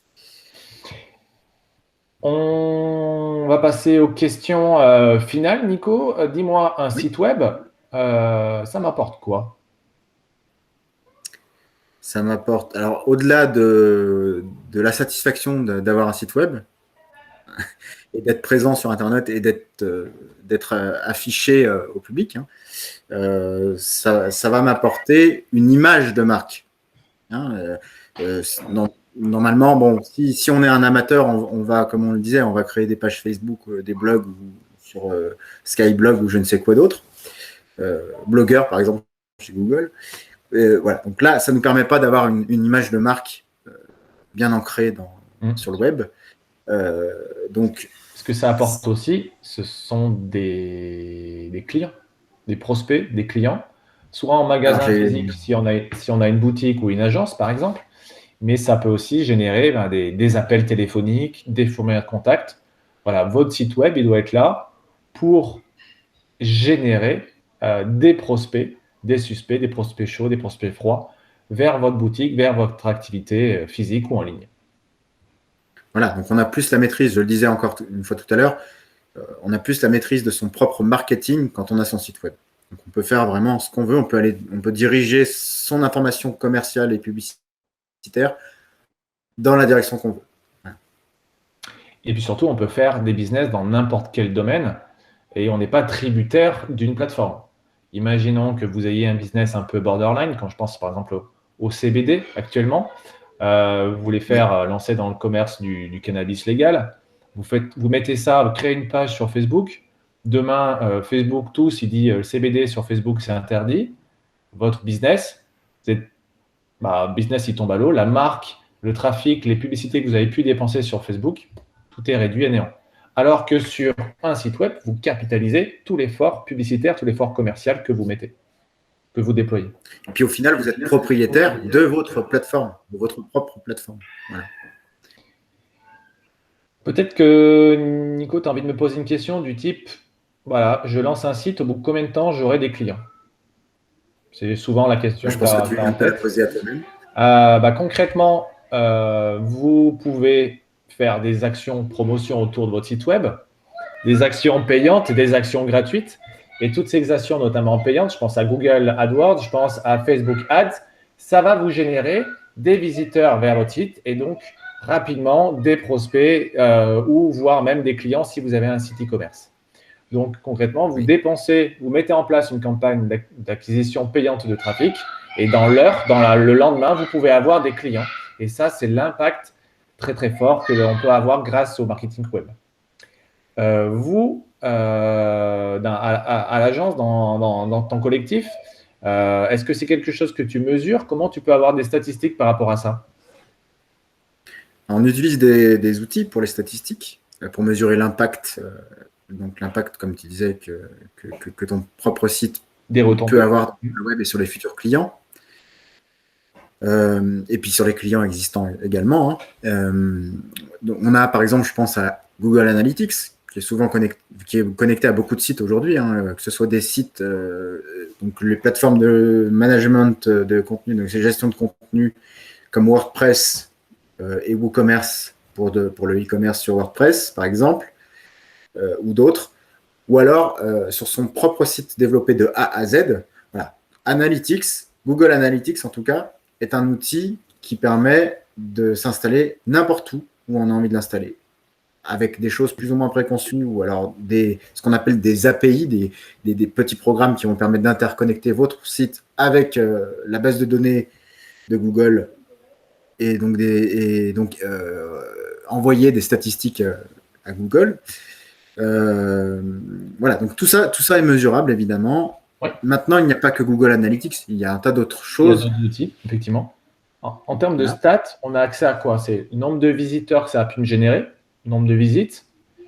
On va passer aux questions euh, finales. Nico, euh, dis-moi, un oui. site web, euh, ça m'apporte quoi? Ça m'apporte, alors au-delà de, de la satisfaction de, d'avoir un site web et d'être présent sur Internet et d'être, euh, d'être affiché euh, au public, hein, euh, ça, ça va m'apporter une image de marque. Hein, euh, euh, non, Normalement, bon, si, si on est un amateur, on, on va, comme on le disait, on va créer des pages Facebook, euh, des blogs ou sur euh, Skyblog ou je ne sais quoi d'autre. Euh, blogueur, par exemple, chez Google. Euh, voilà. Donc là, ça ne nous permet pas d'avoir une, une image de marque euh, bien ancrée dans, mmh. sur le web. Euh, donc, ce que ça apporte aussi, ce sont des, des clients, des prospects, des clients, soit en magasin physique, si on, a, si on a une boutique ou une agence, par exemple. Mais ça peut aussi générer ben, des, des appels téléphoniques, des formulaires de contact. Voilà, votre site web, il doit être là pour générer euh, des prospects, des suspects, des prospects chauds, des prospects froids vers votre boutique, vers votre activité physique ou en ligne. Voilà, donc on a plus la maîtrise, je le disais encore une fois tout à l'heure, euh, on a plus la maîtrise de son propre marketing quand on a son site web. Donc on peut faire vraiment ce qu'on veut, on peut, aller, on peut diriger son information commerciale et publicitaire dans la direction qu'on veut. Ouais. Et puis surtout, on peut faire des business dans n'importe quel domaine et on n'est pas tributaire d'une plateforme. Imaginons que vous ayez un business un peu borderline, quand je pense par exemple au, au C B D actuellement, euh, vous voulez faire euh, lancer dans le commerce du, du cannabis légal, vous, faites, vous mettez ça, vous créez une page sur Facebook, demain euh, Facebook tous, il dit euh, C B D sur Facebook c'est interdit, votre business, c'est bah, business il tombe à l'eau, la marque, le trafic, les publicités que vous avez pu dépenser sur Facebook, tout est réduit à néant. Alors que sur un site web, vous capitalisez tout l'effort publicitaire, tout l'effort commercial que vous mettez, que vous déployez. Et puis au final, vous êtes propriétaire de votre plateforme, de votre propre plateforme. Voilà. Peut-être que, Nico, tu as envie de me poser une question du type, voilà, je lance un site, au bout de combien de temps j'aurai des clients? C'est souvent la question Je que tu pense que as, tu en viens de te la tête. poser à toi-même. Euh, bah, concrètement, euh, vous pouvez faire des actions promotion autour de votre site web, des actions payantes, des actions gratuites. Et toutes ces actions, notamment payantes, je pense à Google AdWords, je pense à Facebook Ads, ça va vous générer des visiteurs vers votre site et donc rapidement des prospects euh, ou voire même des clients si vous avez un site e-commerce. Donc concrètement, vous Oui. dépensez, vous mettez en place une campagne d'acquisition payante de trafic et dans l'heure, dans la, le lendemain, vous pouvez avoir des clients. Et ça, c'est l'impact très très fort que l'on peut avoir grâce au marketing web. Euh, vous, euh, dans, à, à, à l'agence, dans, dans, dans, ton collectif, euh, est-ce que c'est quelque chose que tu mesures? Comment tu peux avoir des statistiques par rapport à ça? On utilise des, des outils pour les statistiques, pour mesurer l'impact. Euh, donc l'impact, comme tu disais, que, que, que, que ton propre site Des peut retombées. avoir sur le web et sur les futurs clients. Euh, et puis sur les clients existants également. Hein. Euh, donc on a par exemple, je pense à Google Analytics, qui est souvent connecté, qui est connecté à beaucoup de sites aujourd'hui, hein, que ce soit des sites, euh, donc les plateformes de management de contenu, donc c'est gestion de contenu comme WordPress euh, et WooCommerce pour, de, pour le e-commerce sur WordPress, par exemple, euh, ou d'autres, ou alors euh, sur son propre site développé de A à Z. Voilà. Analytics, Google Analytics en tout cas, est un outil qui permet de s'installer n'importe où où on a envie de l'installer, avec des choses plus ou moins préconçues, ou alors des, ce qu'on appelle des A P I, des, des, des petits programmes qui vont permettre d'interconnecter votre site avec euh, la base de données de Google et donc, des, et donc euh, envoyer des statistiques euh, à Google. Euh, voilà, donc tout ça, tout ça est mesurable, évidemment. Ouais. Maintenant, il n'y a pas que Google Analytics, il y a un tas d'autres Il y a choses. d'autres outils, effectivement. En, en termes de Voilà. stats, on a accès à quoi? C'est le nombre de visiteurs que ça a pu me générer, le nombre de visites,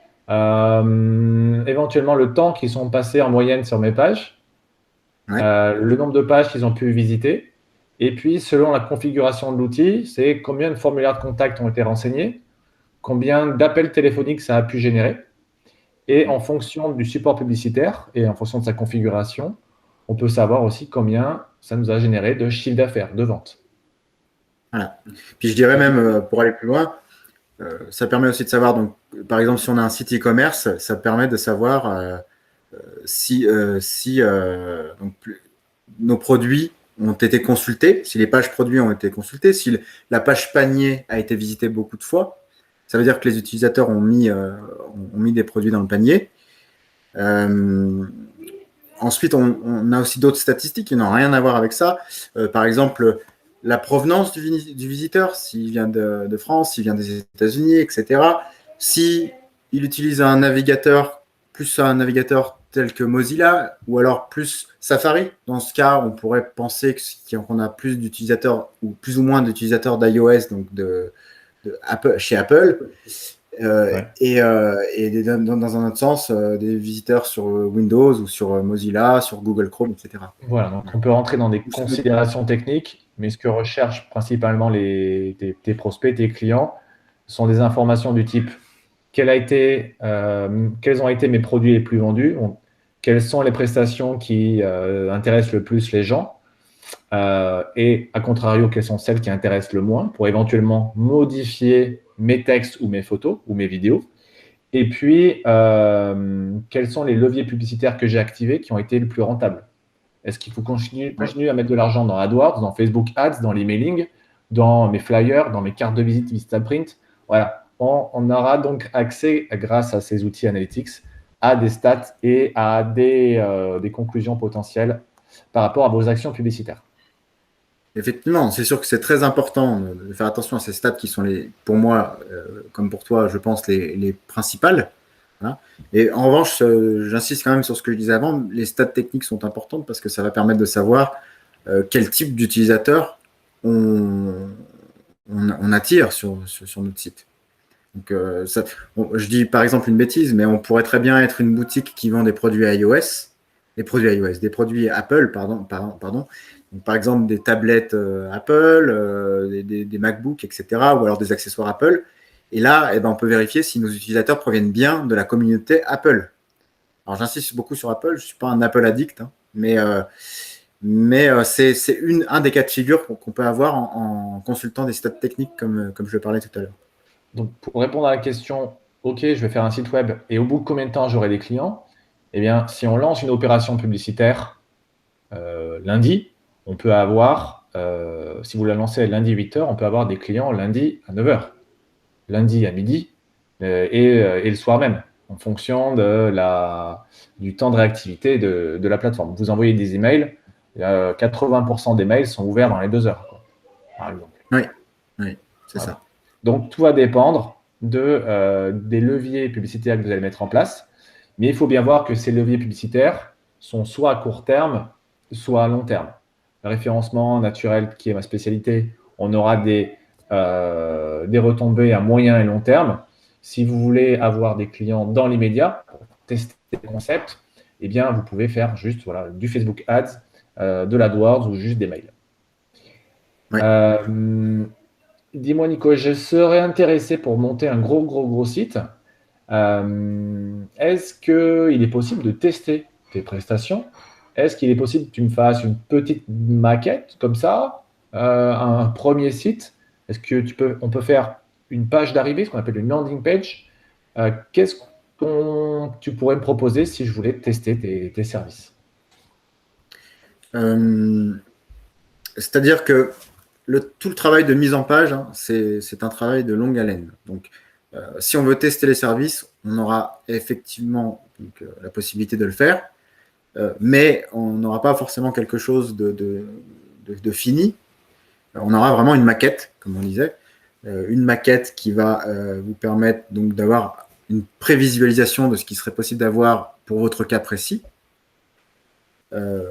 euh, éventuellement le temps qu'ils sont passés en moyenne sur mes pages, Ouais. euh, le nombre de pages qu'ils ont pu visiter, et puis selon la configuration de l'outil, c'est combien de formulaires de contact ont été renseignés, combien d'appels téléphoniques ça a pu générer, et en fonction du support publicitaire et en fonction de sa configuration, on peut savoir aussi combien ça nous a généré de chiffre d'affaires, de vente. Voilà. Puis je dirais même, euh, pour aller plus loin, euh, ça permet aussi de savoir, donc, par exemple, si on a un site e-commerce, ça permet de savoir euh, si, euh, si euh, donc, nos produits ont été consultés, si les pages produits ont été consultées, si la page panier a été visitée beaucoup de fois. Ça veut dire que les utilisateurs ont mis, euh, ont mis des produits dans le panier. Euh, ensuite, on, on, a aussi d'autres statistiques qui n'ont rien à voir avec ça. Euh, par exemple, la provenance du, du visiteur, s'il vient de, de France, s'il vient des États-Unis, et cetera. Si il utilise un navigateur, plus un navigateur tel que Mozilla, ou alors plus Safari. Dans ce cas, on pourrait penser qu'on a plus d'utilisateurs, ou plus ou moins d'utilisateurs d'iOS, donc de, de Apple, chez Apple. Euh, ouais. Et, euh, et dans, dans un autre sens, euh, des visiteurs sur Windows ou sur Mozilla, sur Google Chrome, et cetera. Voilà, donc on peut rentrer dans des considérations techniques, mais ce que recherchent principalement les, tes, tes prospects, tes clients, sont des informations du type quel a été, euh, quels ont été mes produits les plus vendus, quelles sont les prestations qui euh, intéressent le plus les gens, euh, et à contrario, quelles sont celles qui intéressent le moins, pour éventuellement modifier mes textes ou mes photos ou mes vidéos. Et puis, euh, quels sont les leviers publicitaires que j'ai activés qui ont été les plus rentables? Est-ce qu'il faut continuer, continuer à mettre de l'argent dans AdWords, dans Facebook Ads, dans l'emailing, dans mes flyers, dans mes cartes de visite Vistaprint? Voilà, on, on aura donc accès, grâce à ces outils analytics, à des stats et à des, euh, des conclusions potentielles par rapport à vos actions publicitaires. Effectivement, c'est sûr que c'est très important de faire attention à ces stats qui sont, les, pour moi, euh, comme pour toi, je pense, les, les principales. Voilà. Et en revanche, euh, j'insiste quand même sur ce que je disais avant, les stats techniques sont importantes parce que ça va permettre de savoir euh, quel type d'utilisateur on, on, on attire sur, sur, sur notre site. Donc, euh, ça, bon, je dis par exemple une bêtise, mais on pourrait très bien être une boutique qui vend des produits iOS, des produits iOS, des produits Apple, pardon, pardon, pardon. Donc, par exemple des tablettes euh, Apple, euh, des, des, des MacBooks, et cetera, ou alors des accessoires Apple. Et là, eh ben, on peut vérifier si nos utilisateurs proviennent bien de la communauté Apple. Alors, j'insiste beaucoup sur Apple, je ne suis pas un Apple addict, hein, mais, euh, mais euh, c'est un des cas de figure qu'on qu'on peut avoir en, en consultant des stats techniques comme, comme je le parlais tout à l'heure. Donc, pour répondre à la question, OK, je vais faire un site web et au bout de combien de temps j'aurai des clients? Eh bien, si on lance une opération publicitaire euh, lundi, on peut avoir, euh, si vous la lancez lundi huit heures, on peut avoir des clients lundi à neuf heures, lundi à midi euh, et, euh, et le soir même, en fonction de la, du temps de réactivité de, de la plateforme. Vous envoyez des emails, euh, quatre-vingts pour cent des mails sont ouverts dans les deux heures, quoi, par exemple. Oui, oui, c'est Voilà. ça. Donc, tout va dépendre de, euh, des leviers publicitaires que vous allez mettre en place. Mais il faut bien voir que ces leviers publicitaires sont soit à court terme, soit à long terme. Le référencement naturel, qui est ma spécialité, on aura des, euh, des retombées à moyen et long terme. Si vous voulez avoir des clients dans l'immédiat, pour tester le concept, eh bien, vous pouvez faire juste voilà, du Facebook Ads, euh, de l'AdWords ou juste des mails. Ouais. Euh, Dis-moi, Nico, je serais intéressé pour monter un gros, gros, gros site. Euh, Est-ce qu'il est possible de tester tes prestations? Est-ce qu'il est possible que tu me fasses une petite maquette comme ça, euh, un premier site? Est-ce que tu peux, on peut faire une page d'arrivée, ce qu'on appelle une landing page? Euh, Qu'est-ce que tu pourrais me proposer si je voulais tester tes, tes services? Euh, C'est-à-dire que le, tout le travail de mise en page, hein, c'est un travail de longue haleine. Donc, euh, si on veut tester les services, on aura effectivement donc, euh, la possibilité de le faire, euh, mais on n'aura pas forcément quelque chose de, de, de, de fini. On aura vraiment une maquette, comme on disait, euh, une maquette qui va euh, vous permettre donc d'avoir une prévisualisation de ce qui serait possible d'avoir pour votre cas précis. Euh,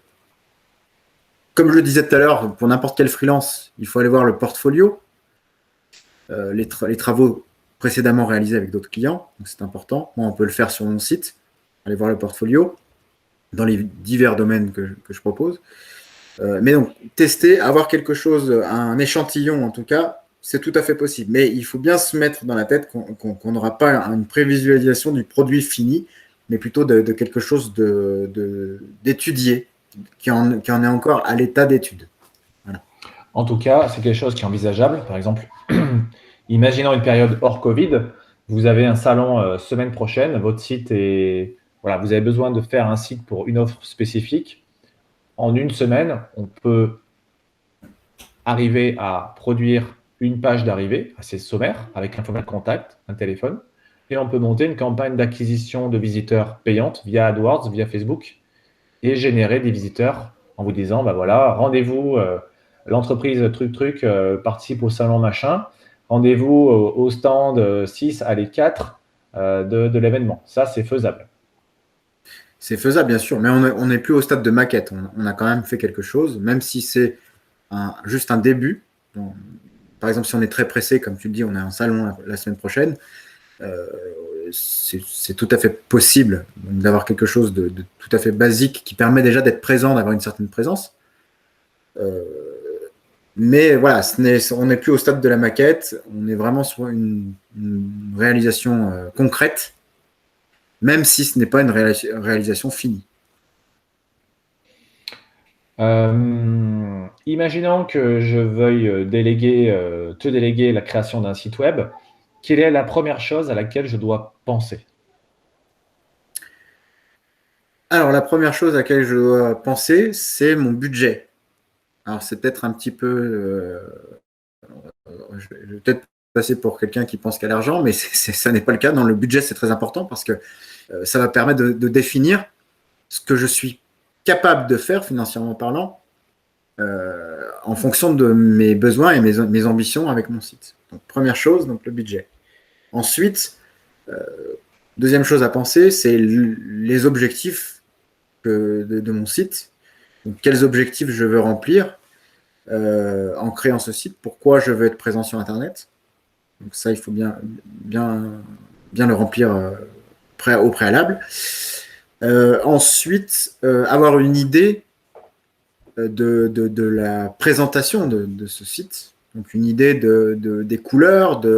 Comme je le disais tout à l'heure, pour n'importe quel freelance, il faut aller voir le portfolio, euh, les, tra les, travaux précédemment réalisés avec d'autres clients. C'est important. Moi, on peut le faire sur mon site, aller voir le portfolio dans les divers domaines que, que je propose. Euh, mais donc, tester, avoir quelque chose, un échantillon en tout cas, c'est tout à fait possible. Mais il faut bien se mettre dans la tête qu'on qu'on, qu'on n'aura pas une prévisualisation du produit fini, mais plutôt de, de quelque chose d'étudié, qui en, qui en est encore à l'état d'étude. Voilà. En tout cas, c'est quelque chose qui est envisageable. Par exemple, imaginons une période hors Covid, vous avez un salon euh, semaine prochaine, votre site est… Voilà, vous avez besoin de faire un site pour une offre spécifique. En une semaine, on peut arriver à produire une page d'arrivée assez sommaire avec un formulaire contact, un téléphone, et on peut monter une campagne d'acquisition de visiteurs payante via AdWords, via Facebook, et générer des visiteurs en vous disant, bah voilà, rendez-vous, euh, l'entreprise truc truc euh, participe au salon machin, rendez-vous au, au stand euh, six, allez quatre euh, de, de l'événement. Ça, c'est faisable. C'est faisable, bien sûr, mais on n'est plus au stade de maquette. On, on, a quand même fait quelque chose, même si c'est un, juste un début. Donc, par exemple, si on est très pressé, comme tu le dis, on a un salon la, la semaine prochaine, euh, c'est tout à fait possible d'avoir quelque chose de, de tout à fait basique qui permet déjà d'être présent, d'avoir une certaine présence. Euh, mais voilà, ce n'est, on n'est plus au stade de la maquette, on est vraiment sur une, une réalisation euh, concrète, même si ce n'est pas une réalis réalisation finie. Euh, imaginons que je veuille déléguer, euh, te déléguer la création d'un site web. Quelle est la première chose à laquelle je dois penser? Alors, la première chose à laquelle je dois penser, c'est mon budget. Alors, c'est peut-être un petit peu… Euh, je vais peut-être passer pour quelqu'un qui pense qu'à l'argent, mais c est, ça n'est pas le cas. Dans le budget, c'est très important parce que euh, ça va permettre de, de définir ce que je suis capable de faire, financièrement parlant, euh, en fonction de mes besoins et mes, mes ambitions avec mon site. Donc, première chose, donc le budget. Ensuite, euh, deuxième chose à penser, c'est les objectifs que, de, de mon site. Donc, quels objectifs je veux remplir euh, en créant ce site, pourquoi je veux être présent sur Internet. Donc ça, il faut bien, bien, bien le remplir euh, pré au préalable. Euh, ensuite, euh, avoir une idée de, de, de la présentation de, de ce site. Donc une idée de, de, des couleurs, de,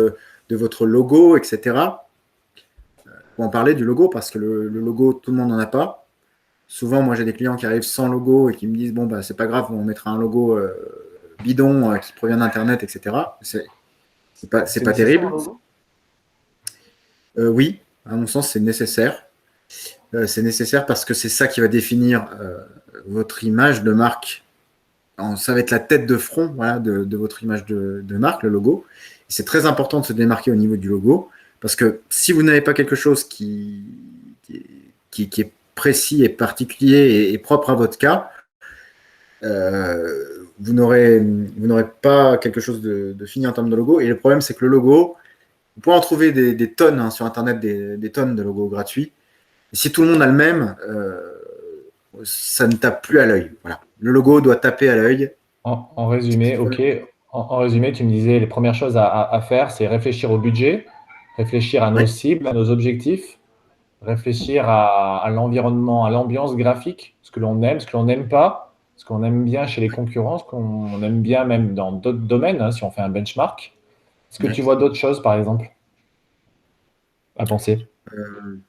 de votre logo, et cetera. On va en parler du logo parce que le, le logo, tout le monde n'en a pas. Souvent, moi, j'ai des clients qui arrivent sans logo et qui me disent, bon, bah, c'est pas grave, on mettra un logo euh, bidon euh, qui provient d'Internet, et cetera. C'est c'est pas, c'est C'est pas nécessaire un terrible. logo? Euh, oui, à mon sens, c'est nécessaire. Euh, c'est nécessaire parce que c'est ça qui va définir euh, votre image de marque. En- ça va être la tête de front voilà, de, de votre image de, de marque, le logo. Et c'est très important de se démarquer au niveau du logo parce que si vous n'avez pas quelque chose qui, qui, qui- qui est précis et particulier et, et propre à votre cas, euh, vous n'aurez vous n'aurez pas quelque chose de, de fini en termes de logo. Et le problème, c'est que le logo, vous pouvez en trouver des, des tonnes hein, sur Internet, des, des tonnes de logos gratuits. Et si tout le monde a le même, euh, ça ne tape plus à l'œil. Voilà. Le logo doit taper à l'œil. En, en résumé, ok. En, en résumé, tu me disais les premières choses à, à- à faire, c'est réfléchir au budget, réfléchir à nos Oui, cibles, à nos objectifs, réfléchir à, à l'environnement, à l'ambiance graphique, ce que l'on aime, ce que l'on n'aime pas, ce qu'on aime bien chez les concurrents, ce qu'on aime bien même dans d'autres domaines, hein, si on fait un benchmark. Est-ce que oui. tu vois d'autres choses, par exemple, à penser? Euh,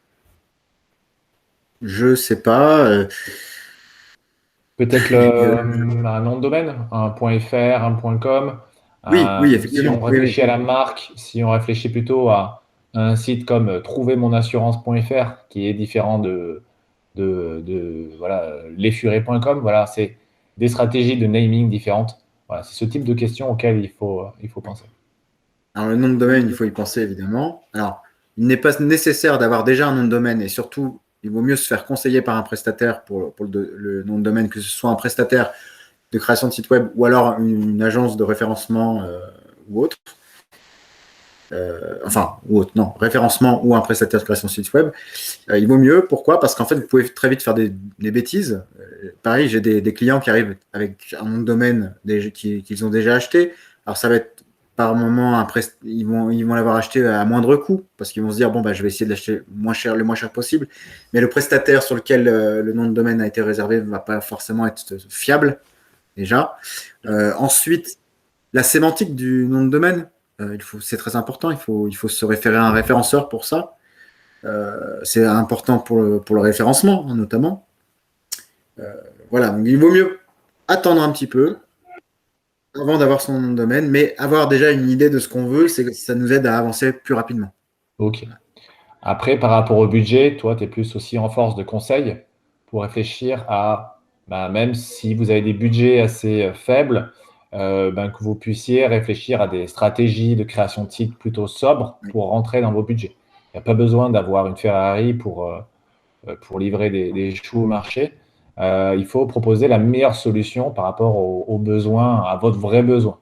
je sais pas. euh, Peut-être le- euh, un nom de domaine, un .fr, un .com. oui, un- oui, si effectivement. on Oui, oui. réfléchit à la marque, si on réfléchit plutôt à un site comme trouver mon assurance.fr, qui est différent de, de, de voilà, lesfurets point com, voilà, c'est des stratégies de naming différentes. Voilà, c'est ce type de questions auxquelles il faut, il faut penser. Alors, le nom de domaine, il faut y penser évidemment. Alors, il n'est pas nécessaire d'avoir déjà un nom de domaine et surtout, il vaut mieux se faire conseiller par un prestataire pour, pour le, le nom de domaine, que ce soit un prestataire de création de site web ou alors une, une agence de référencement euh, ou autre. Euh, enfin, ou autre, non, référencement ou un prestataire de création de site web. Euh, il vaut mieux. Pourquoi? Parce qu'en fait, vous pouvez très vite faire des, des bêtises. Euh, pareil, j'ai des, des clients qui arrivent avec un nom de domaine des- qui- qu'ils ont déjà acheté. Alors, ça va être par moment, un prest- ils vont ils vont l'avoir acheté à moindre coût parce qu'ils vont se dire, bon, bah, je vais essayer de l'acheter moins cher, le moins cher possible. Mais le prestataire sur lequel euh, le nom de domaine a été réservé ne va pas forcément être fiable, déjà. Euh, ensuite, la sémantique du nom de domaine, euh, il faut, c'est très important. Il faut, il faut se référer à un référenceur pour ça. Euh, c'est important pour le, pour le référencement, hein, notamment. Euh, voilà, donc il vaut mieux attendre un petit peu avant d'avoir son nom de domaine, mais avoir déjà une idée de ce qu'on veut, c'est que ça nous aide à avancer plus rapidement. Ok. Après, par rapport au budget, toi, tu es plus aussi en force de conseil pour réfléchir à, ben, même si vous avez des budgets assez euh, faibles, euh, ben, que vous puissiez réfléchir à des stratégies de création de sites plutôt sobres Oui. pour rentrer dans vos budgets. Il n'y a pas besoin d'avoir une Ferrari pour, euh, euh, pour livrer des, des choux au marché. Euh, il faut proposer la meilleure solution par rapport aux, aux besoins, à votre vrai besoin.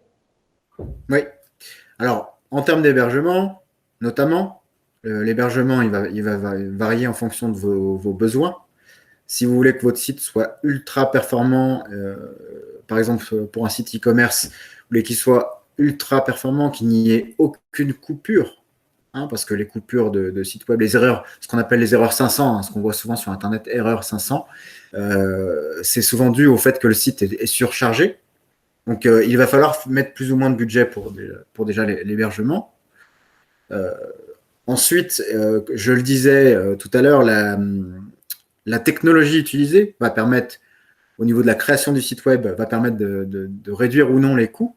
Oui. Alors, en termes d'hébergement, notamment, euh, l'hébergement, il va, il va va- varier en fonction de vos, vos besoins. Si vous voulez que votre site soit ultra performant, euh, par exemple pour un site e-commerce, vous voulez qu'il soit ultra performant, qu'il n'y ait aucune coupure, hein, parce que les coupures de, de site web, les erreurs, ce qu'on appelle les erreurs cinq cents, hein, ce qu'on voit souvent sur Internet, erreur cinq cents, euh, c'est souvent dû au fait que le site est, est surchargé. Donc, euh, il va falloir mettre plus ou moins de budget pour, pour déjà l'hébergement. Euh, ensuite, euh, je le disais euh, tout à l'heure, la, la technologie utilisée va permettre, au niveau de la création du site web, va permettre de, de, de réduire ou non les coûts.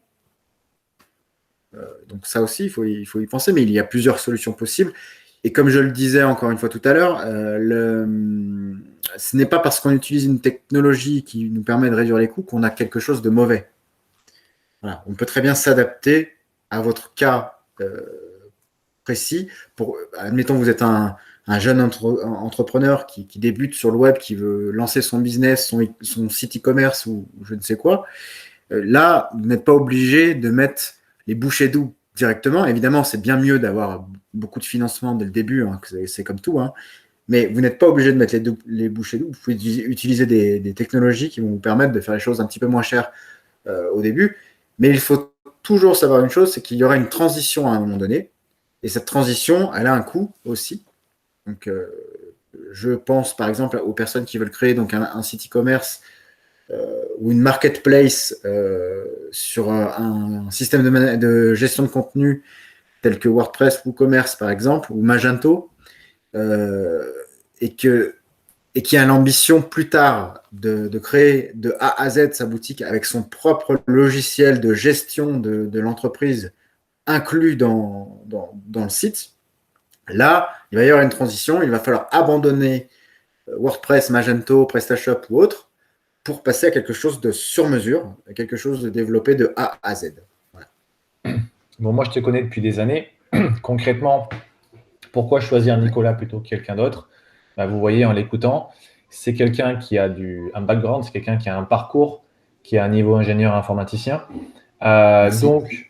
Euh, donc ça aussi, il faut, il faut y penser, mais il y a plusieurs solutions possibles. Et comme je le disais encore une fois tout à l'heure, euh, le, ce n'est pas parce qu'on utilise une technologie qui nous permet de réduire les coûts qu'on a quelque chose de mauvais. Voilà. On peut très bien s'adapter à votre cas euh, précis. Pour, admettons, vous êtes un, un jeune entre, entrepreneur qui, qui, débute sur le web, qui veut lancer son business, son, son site e-commerce ou, ou je ne sais quoi. Euh, là, vous n'êtes pas obligé de mettre les bouchées doubles directement. Évidemment, c'est bien mieux d'avoir beaucoup de financement dès le début, hein, c'est comme tout. Hein. Mais vous n'êtes pas obligé de mettre les, dou les bouchées doubles. Vous pouvez utiliser des, des, technologies qui vont vous permettre de faire les choses un petit peu moins chères euh, au début. Mais il faut toujours savoir une chose, c'est qu'il y aura une transition à un moment donné. Et cette transition, elle a un coût aussi. Donc, euh, je pense par exemple aux personnes qui veulent créer donc, un, un site e-commerce euh, ou une marketplace euh, sur un, un système de, de, gestion de contenu tels que WordPress, WooCommerce par exemple, ou Magento, euh, et, que, et qui a l'ambition plus tard de, de créer de A à Z sa boutique avec son propre logiciel de gestion de, de l'entreprise inclus dans, dans, dans le site, là, il va y avoir une transition, il va falloir abandonner WordPress, Magento, PrestaShop ou autre pour passer à quelque chose de sur mesure, à quelque chose de développé de A à Z. Voilà. Bon, moi, je te connais depuis des années. Concrètement, pourquoi choisir Nicolas plutôt que quelqu'un d'autre? Bah, vous voyez en l'écoutant, c'est quelqu'un qui a du, un background, c'est quelqu'un qui a un parcours, qui a un niveau ingénieur informaticien. Euh, donc,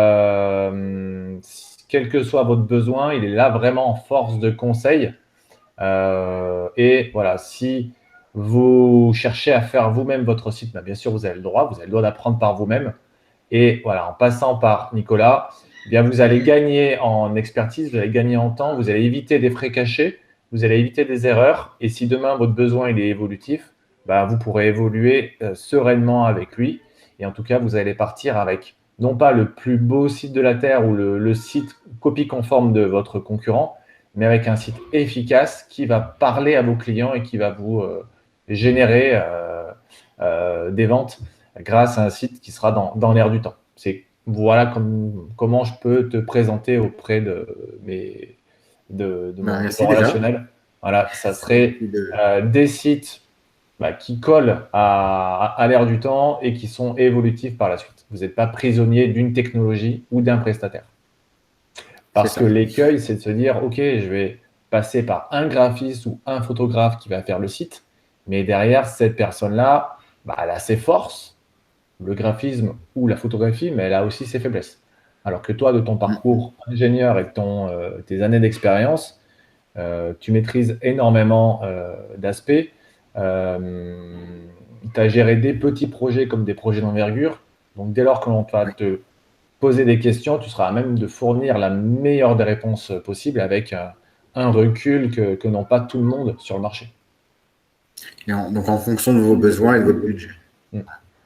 euh, quel que soit votre besoin, il est là vraiment en force de conseil. Euh, et voilà, si vous cherchez à faire vous-même votre site, bah, bien sûr, vous avez le droit, vous avez le droit d'apprendre par vous-même. Et voilà, en passant par Nicolas, eh bien, vous allez gagner en expertise, vous allez gagner en temps, vous allez éviter des frais cachés, vous allez éviter des erreurs. Et si demain, votre besoin il est évolutif, bah, vous pourrez évoluer euh, sereinement avec lui. Et en tout cas, vous allez partir avec non pas le plus beau site de la Terre ou le, le site copie conforme de votre concurrent, mais avec un site efficace qui va parler à vos clients et qui va vous euh, générer euh, euh, des ventes grâce à un site qui sera dans, dans l'air du temps. C'est voilà comme, comment je peux te présenter auprès de, mes, de, de mon, bah, de mon relationnel. Voilà, ça serait euh, des sites bah, qui collent à, à l'air du temps et qui sont évolutifs par la suite. Vous n'êtes pas prisonnier d'une technologie ou d'un prestataire. Parce que l'écueil, c'est de se dire, OK, je vais passer par un graphiste ou un photographe qui va faire le site, mais derrière, cette personne-là, bah, elle a ses forces, le graphisme ou la photographie, mais elle a aussi ses faiblesses. Alors que toi, de ton parcours ingénieur et de ton, euh, tes années d'expérience, euh, tu maîtrises énormément euh, d'aspects. Euh, tu as géré des petits projets comme des projets d'envergure. Donc, dès lors que l'on va te poser des questions, tu seras à même de fournir la meilleure des réponses possibles avec un, un recul que, que n'ont pas tout le monde sur le marché. Et en, donc, en fonction de vos besoins et de votre budget. Mmh.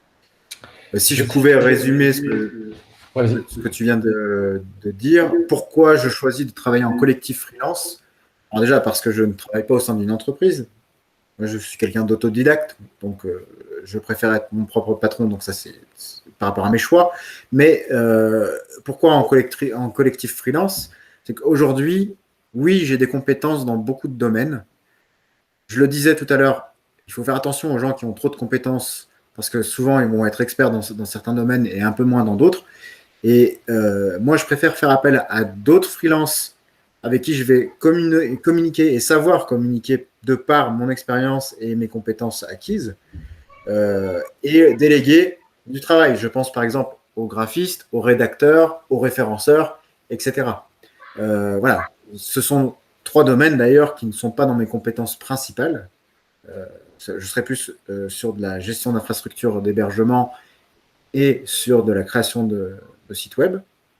Si je pouvais résumer ce que, ouais, ce que tu viens de, de dire, pourquoi je choisis de travailler en collectif freelance? Alors déjà, parce que je ne travaille pas au sein d'une entreprise. Moi, je suis quelqu'un d'autodidacte, donc euh, je préfère être mon propre patron, donc ça, c'est par rapport à mes choix. Mais euh, pourquoi en, collecti en collectif freelance? C'est qu'aujourd'hui, oui, j'ai des compétences dans beaucoup de domaines. Je le disais tout à l'heure, il faut faire attention aux gens qui ont trop de compétences, parce que souvent, ils vont être experts dans, dans certains domaines et un peu moins dans d'autres. Et euh, moi, je préfère faire appel à d'autres freelances avec qui je vais communi communiquer et savoir communiquer de par mon expérience et mes compétences acquises, euh, et déléguer du travail. Je pense par exemple aux graphistes, aux rédacteurs, aux référenceurs, et cetera. Euh, voilà, ce sont trois domaines d'ailleurs qui ne sont pas dans mes compétences principales. Euh, je serai plus euh, sur de la gestion d'infrastructures d'hébergement et sur de la création de, de sites web.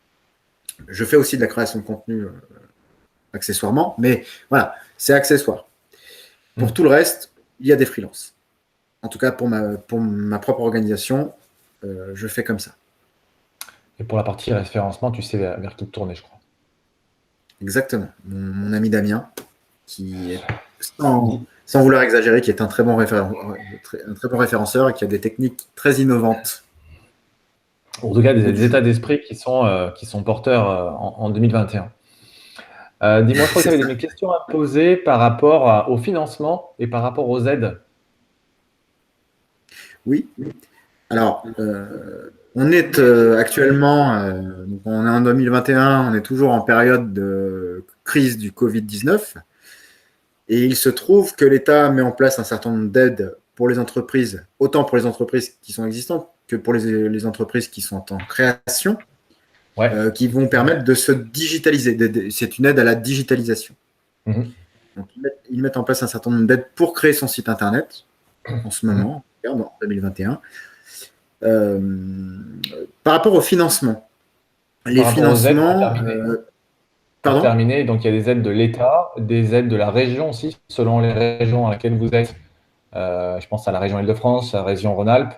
Je fais aussi de la création de contenu euh, accessoirement, mais voilà, c'est accessoire. Pour mmh. tout le reste, il y a des freelances. En tout cas, pour ma, pour ma propre organisation, euh, je fais comme ça. Et pour la partie référencement, tu sais vers, vers qui te tourner, je crois. Exactement. Mon, mon ami Damien, qui est, sans, sans vouloir exagérer, qui est un très, bon référen un très bon référenceur et qui a des techniques très innovantes. En tout cas, des, des états d'esprit qui sont, euh, qui sont porteurs euh, en, en deux mille vingt et un. Euh, Dis-moi, je crois que tu avais des questions à poser par rapport à, au financement et par rapport aux aides. Oui. Alors, euh, on est euh, actuellement, euh, donc on est en deux mille vingt et un, on est toujours en période de crise du Covid dix-neuf. Et il se trouve que l'État met en place un certain nombre d'aides pour les entreprises, autant pour les entreprises qui sont existantes que pour les, les entreprises qui sont en création. Ouais. Euh, qui vont permettre de se digitaliser. C'est une aide à la digitalisation. Mmh. Donc, ils, mettent, ils mettent en place un certain nombre d'aides pour créer son site internet en ce moment, mmh. en deux mille vingt et un. Euh, par rapport au financement, par les financements. Euh, pardon. Pour terminer, donc il y a des aides de l'État, des aides de la région aussi, selon les régions à laquelle vous êtes. Euh, je pense à la région Île-de-France, à la région Rhône-Alpes.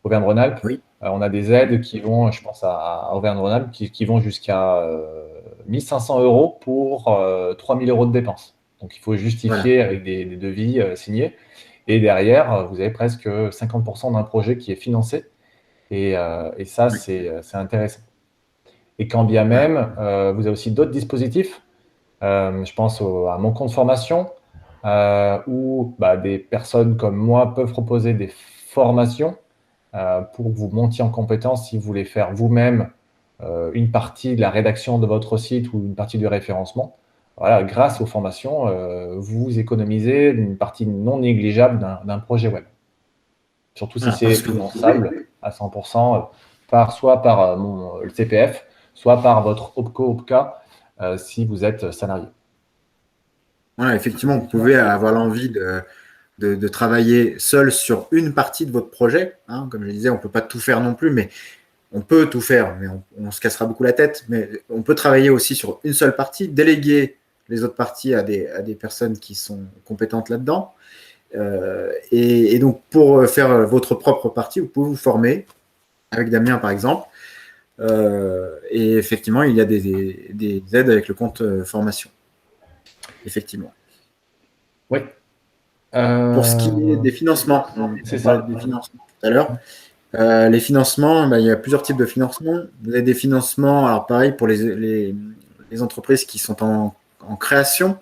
Auvergne-Rhône-Alpes, Oui. euh, on a des aides qui vont, je pense à, à Auvergne-Rhône-Alpes, qui, qui vont jusqu'à euh, mille cinq cents euros pour euh, trois mille euros de dépenses. Donc il faut justifier Voilà. avec des, des devis euh, signés. Et derrière, euh, vous avez presque cinquante pour cent d'un projet qui est financé. Et, euh, et ça, Oui. c'est c'est intéressant. Et quand bien Voilà. même, euh, vous avez aussi d'autres dispositifs. Euh, je pense au- à mon compte formation, euh, où bah, des personnes comme moi peuvent proposer des formations euh, pour que vous montiez en compétence si vous voulez faire vous-même euh, une partie de la rédaction de votre site ou une partie du référencement. Voilà, grâce aux formations, euh, vous économisez une partie non négligeable d'un d'un projet web. Surtout si Voilà. c'est Parce que vous pouvez, finançable à cent pour cent, euh, par, soit par euh, mon, le C P F, soit par votre OPCO, OPCA, euh, si vous êtes salarié. voilà, effectivement, vous pouvez avoir l'envie de, de, de travailler seul sur une partie de votre projet. Hein. Comme je disais, on ne peut pas tout faire non plus, mais on peut tout faire, mais on, on se cassera beaucoup la tête. Mais on peut travailler aussi sur une seule partie, déléguer les autres parties à des, à des personnes qui sont compétentes là-dedans. Euh, et, et donc, pour faire votre propre partie, vous pouvez vous former, avec Damien par exemple. Euh, et effectivement, il y a des, des, des aides avec le compte euh, formation. Effectivement. Oui. Pour ce qui est Euh, des financements, on, c'est on parlait ça. des financements tout à l'heure. Euh, les financements, ben, il y a plusieurs types de financements. Vous avez des financements, alors pareil, pour les, les, les entreprises qui sont en, en création.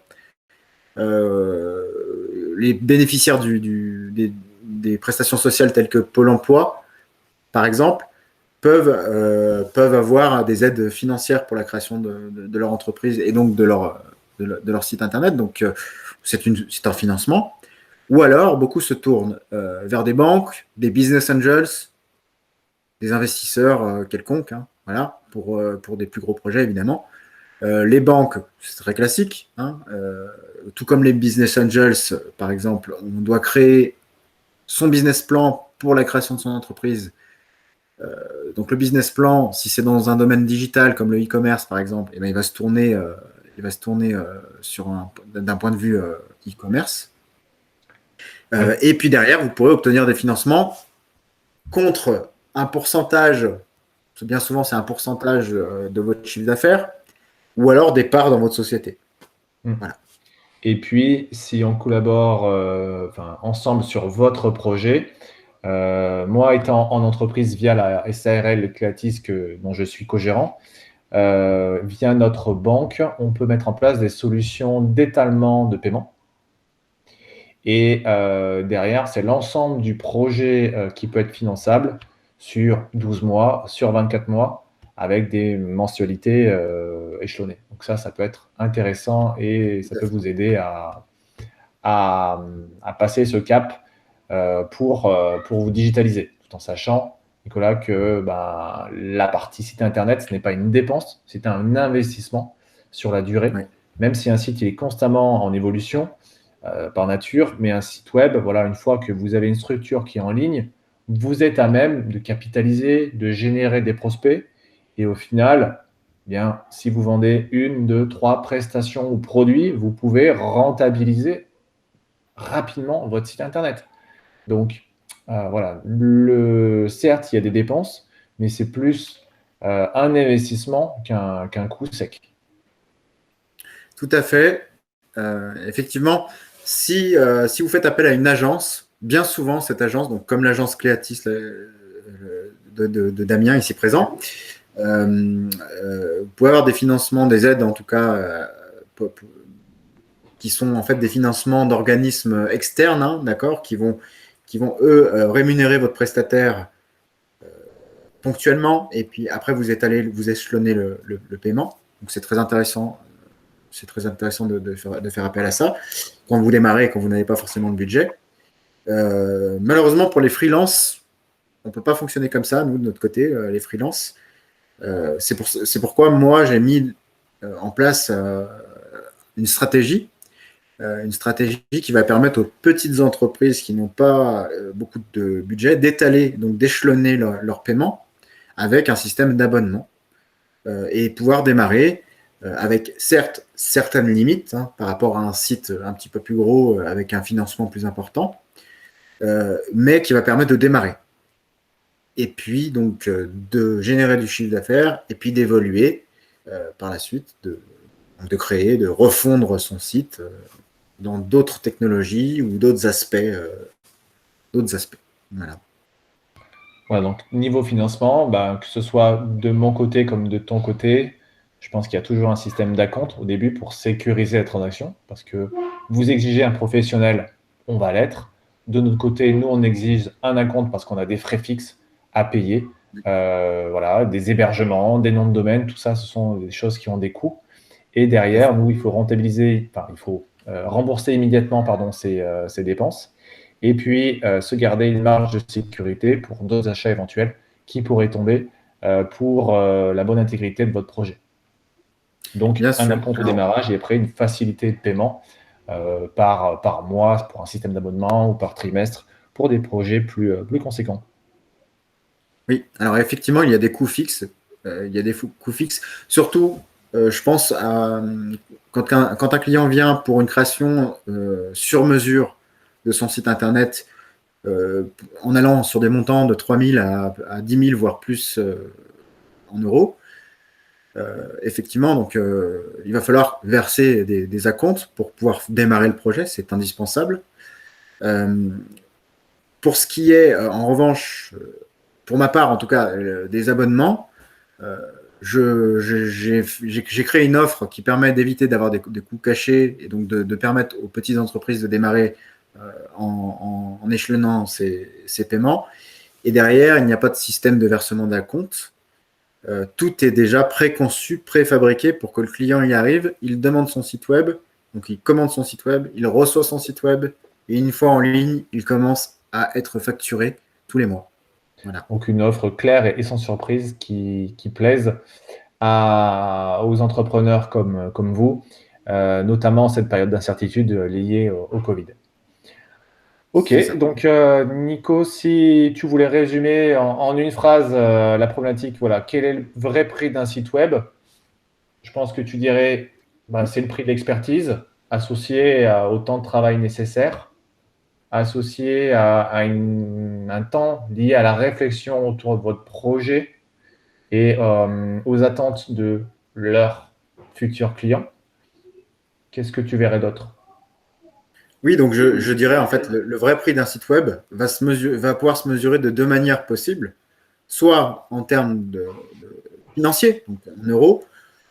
Euh, les bénéficiaires du, du, des, des prestations sociales telles que Pôle emploi, par exemple, peuvent, euh, peuvent avoir des aides financières pour la création de, de, de leur entreprise et donc de leur, de leur, de leur site internet. Donc, euh, c'est, une, c'est un financement. Ou alors, beaucoup se tournent euh, vers des banques, des business angels, des investisseurs euh, quelconques, hein, voilà, pour, euh, pour des plus gros projets, évidemment. Euh, les banques, c'est très classique. Hein, euh, tout comme les business angels, par exemple, on doit créer son business plan pour la création de son entreprise. Euh, donc le business plan, si c'est dans un domaine digital comme le e-commerce, par exemple, eh bien, il va se tourner, euh, il va se tourner euh, sur un, d'un point de vue euh, e-commerce. Oui. Euh, et puis derrière, vous pourrez obtenir des financements contre un pourcentage, bien souvent c'est un pourcentage euh, de votre chiffre d'affaires, ou alors des parts dans votre société. Mm. Voilà. Et puis, si on collabore euh, enfin, ensemble sur votre projet, euh, moi étant en entreprise via la S A R L Creatis que, dont je suis co-gérant, euh, via notre banque, on peut mettre en place des solutions d'étalement de paiement. Et euh, derrière, c'est l'ensemble du projet euh, qui peut être finançable sur douze mois, sur vingt-quatre mois, avec des mensualités euh, échelonnées. Donc ça, ça peut être intéressant et ça peut vous aider à, à, à passer ce cap euh, pour, euh, pour vous digitaliser, tout en sachant, Nicolas, que ben, la partie site internet, ce n'est pas une dépense, c'est un investissement sur la durée. Ouais. Même si un site il est constamment en évolution euh, par nature, mais un site web, voilà, une fois que vous avez une structure qui est en ligne, vous êtes à même de capitaliser, de générer des prospects. Et au final, eh bien, si vous vendez une, deux, trois prestations ou produits, vous pouvez rentabiliser rapidement votre site internet. Donc, euh, voilà, le, certes, il y a des dépenses, mais c'est plus euh, un investissement qu'un qu'un coût sec. Tout à fait. Euh, effectivement, si, euh, si vous faites appel à une agence, bien souvent, cette agence, donc comme l'agence Cléatis le, le, de, de, de Damien ici présent, euh, euh, vous pouvez avoir des financements, des aides en tout cas, euh, pour, pour, qui sont en fait des financements d'organismes externes, hein, d'accord, qui vont, qui vont eux euh, rémunérer votre prestataire euh, ponctuellement, et puis après vous étalez, vous échelonnez le, le, le paiement. Donc c'est très intéressant. C'est très intéressant de, de, faire, de faire appel à ça quand vous démarrez et quand vous n'avez pas forcément de budget. Euh, malheureusement, pour les freelances, on ne peut pas fonctionner comme ça, nous, de notre côté, euh, les freelances. Euh, c'est, pour, c'est pourquoi moi, j'ai mis euh, en place euh, une stratégie, euh, une stratégie qui va permettre aux petites entreprises qui n'ont pas euh, beaucoup de budget d'étaler, donc d'échelonner leur, leur paiement avec un système d'abonnement euh, et pouvoir démarrer euh, avec certes certaines limites hein, par rapport à un site un petit peu plus gros euh, avec un financement plus important, euh, mais qui va permettre de démarrer. et puis donc euh, de générer du chiffre d'affaires, et puis d'évoluer euh, par la suite, de, de créer, de refondre son site euh, dans d'autres technologies ou d'autres aspects. Euh, d'autres aspects. Voilà. Voilà, donc niveau financement, bah, que ce soit de mon côté comme de ton côté, je pense qu'il y a toujours un système d'acompte au début pour sécuriser la transaction, parce que vous exigez un professionnel, on va l'être. De notre côté, nous, on exige un acompte parce qu'on a des frais fixes à payer, euh, voilà, des hébergements, des noms de domaine, tout ça, ce sont des choses qui ont des coûts. Et derrière, nous, il faut rentabiliser, enfin, il faut euh, rembourser immédiatement, pardon, ces, euh, ces dépenses. Et puis, euh, se garder une marge de sécurité pour d'autres achats éventuels qui pourraient tomber euh, pour euh, la bonne intégrité de votre projet. Donc, Bien un sûr. acompte au Alors, démarrage et après une facilité de paiement euh, par, par mois pour un système d'abonnement ou par trimestre pour des projets plus, euh, plus conséquents. oui, alors effectivement, il y a des coûts fixes. Euh, il y a des fou- coûts fixes. Surtout, euh, je pense à quand un, quand un client vient pour une création euh, sur mesure de son site internet, euh, en allant sur des montants de trois mille à, à dix mille, voire plus euh, en euros. Euh, effectivement, donc, euh, il va falloir verser des, des acomptes pour pouvoir démarrer le projet, c'est indispensable. Euh, pour ce qui est, euh, en revanche, euh, pour ma part en tout cas, euh, des abonnements, euh, je- je- j'ai j'ai- j'ai créé une offre qui permet d'éviter d'avoir des, des coûts cachés et donc de, de permettre aux petites entreprises de démarrer euh, en, en- en échelonnant ces, ces paiements. Et derrière, il n'y a pas de système de versement d'acompte. Euh, tout est déjà préconçu, préfabriqué pour que le client y arrive. Il demande son site web, donc il commande son site web, il reçoit son site web, et une fois en ligne, il commence à être facturé tous les mois. Voilà. Donc, une offre claire et, et sans surprise qui, qui plaise à, aux entrepreneurs comme, comme vous, euh, notamment en cette période d'incertitude liée au, au Covid. C'est Ok, ça. donc euh, Nico, si tu voulais résumer en, en une phrase euh, la problématique, voilà, quel est le vrai prix d'un site web? Je pense que tu dirais, bah, c'est le prix de l'expertise associé à, au temps de travail nécessaire, associé à, à une- un temps lié à la réflexion autour de votre projet et euh, aux attentes de leurs futurs clients. Qu'est-ce que tu verrais d'autre? Oui, donc je, je dirais en fait le, le vrai prix d'un site web va, se mesurer, va pouvoir se mesurer de deux manières possibles, soit en termes de, de financiers, donc en euros,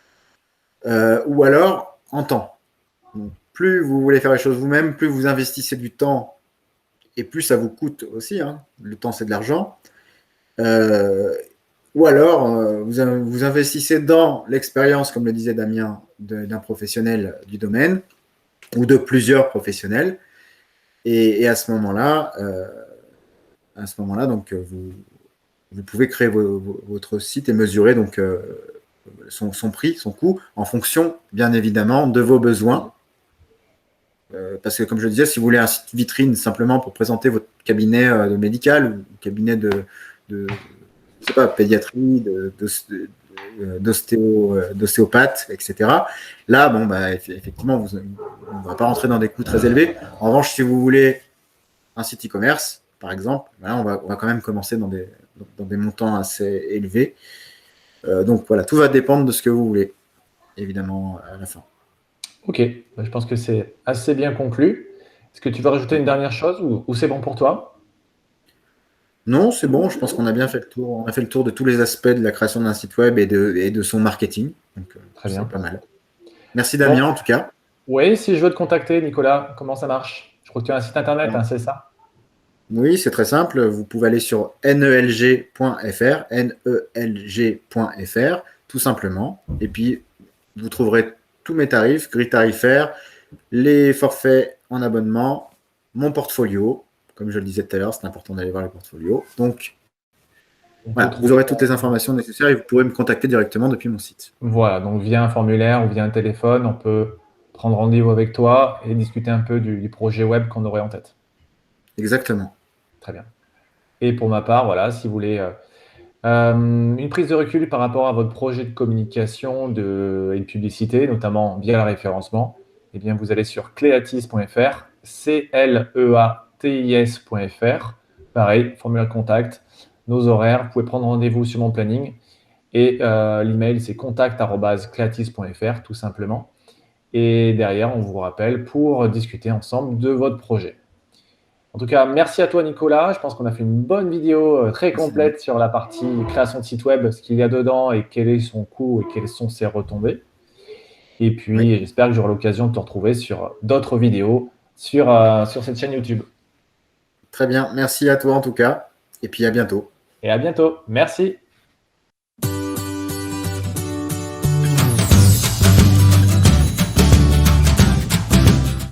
euh, ou alors en temps. Donc, plus vous voulez faire les choses vous-même, plus vous investissez du temps et plus ça vous coûte aussi. Hein. Le temps, c'est de l'argent. Euh, ou alors, euh, vous, vous, investissez dans l'expérience, comme le disait Damien, d'un professionnel du domaine ou de plusieurs professionnels. Et, et à ce moment-là, euh, à ce moment-là, donc vous, vous pouvez créer vo, vo, votre site et mesurer donc euh, son, son prix, son coût, en fonction, bien évidemment, de vos besoins. Euh, parce que, comme je le disais, si vous voulez un site vitrine simplement pour présenter votre cabinet euh, de médical ou cabinet de, de je sais pas, pédiatrie, de, de, de, d'ostéo, d'ostéopathe, et cetera. Là, bon, bah, effectivement, vous, on ne va pas rentrer dans des coûts très élevés. En revanche, si vous voulez un site e-commerce, par exemple, là, on, va, on va quand même commencer dans des, dans des montants assez élevés. Euh, donc voilà, tout va dépendre de ce que vous voulez, évidemment, à la fin. Ok, je pense que c'est assez bien conclu. Est-ce que tu veux rajouter une dernière chose ou, ou c'est bon pour toi? Non, c'est bon, je pense qu'on a bien fait le tour. On a fait le tour de tous les aspects de la création d'un site web et de, et de son marketing. Donc, euh, Très c'est bien. pas mal. Merci Bon, Damien, en tout cas. oui, si je veux te contacter, Nicolas, comment ça marche? Je crois que tu as un site internet, hein, c'est ça? Oui, c'est très simple. Vous pouvez aller sur nelg point fr, nelg point fr, tout simplement. Et puis, vous trouverez tous mes tarifs, grilles tarifaires, les forfaits en abonnement, mon portfolio. Comme je le disais tout à l'heure, c'est important d'aller voir le portfolio. Donc, On peut voilà, vous trouver aurez toutes les ton- informations nécessaires et vous pourrez me contacter directement depuis mon site. Voilà, donc via un formulaire ou via un téléphone, on peut prendre rendez-vous avec toi et discuter un peu du, du projet web qu'on aurait en tête. Exactement. Très bien. Et pour ma part, voilà, si vous voulez euh, euh, une prise de recul par rapport à votre projet de communication de, et de publicité, notamment via le référencement, eh bien, vous allez sur cleatis point fr, C L E A T I S point fr. Pareil, formulaire de contact. nos horaires. Vous pouvez prendre rendez-vous sur mon planning. Et euh, l'email, c'est contact arobase creatis point f r, tout simplement. Et derrière, on vous rappelle pour discuter ensemble de votre projet. En tout cas, merci à toi, Nicolas. Je pense qu'on a fait une bonne vidéo euh, très Merci. complète sur la partie création de site web, ce qu'il y a dedans et quel est son coût et quelles sont ses retombées. Et puis, Oui. j'espère que j'aurai l'occasion de te retrouver sur d'autres vidéos sur, euh, sur cette chaîne YouTube. Très bien. Merci à toi en tout cas. Et puis à bientôt. Et à bientôt. Merci.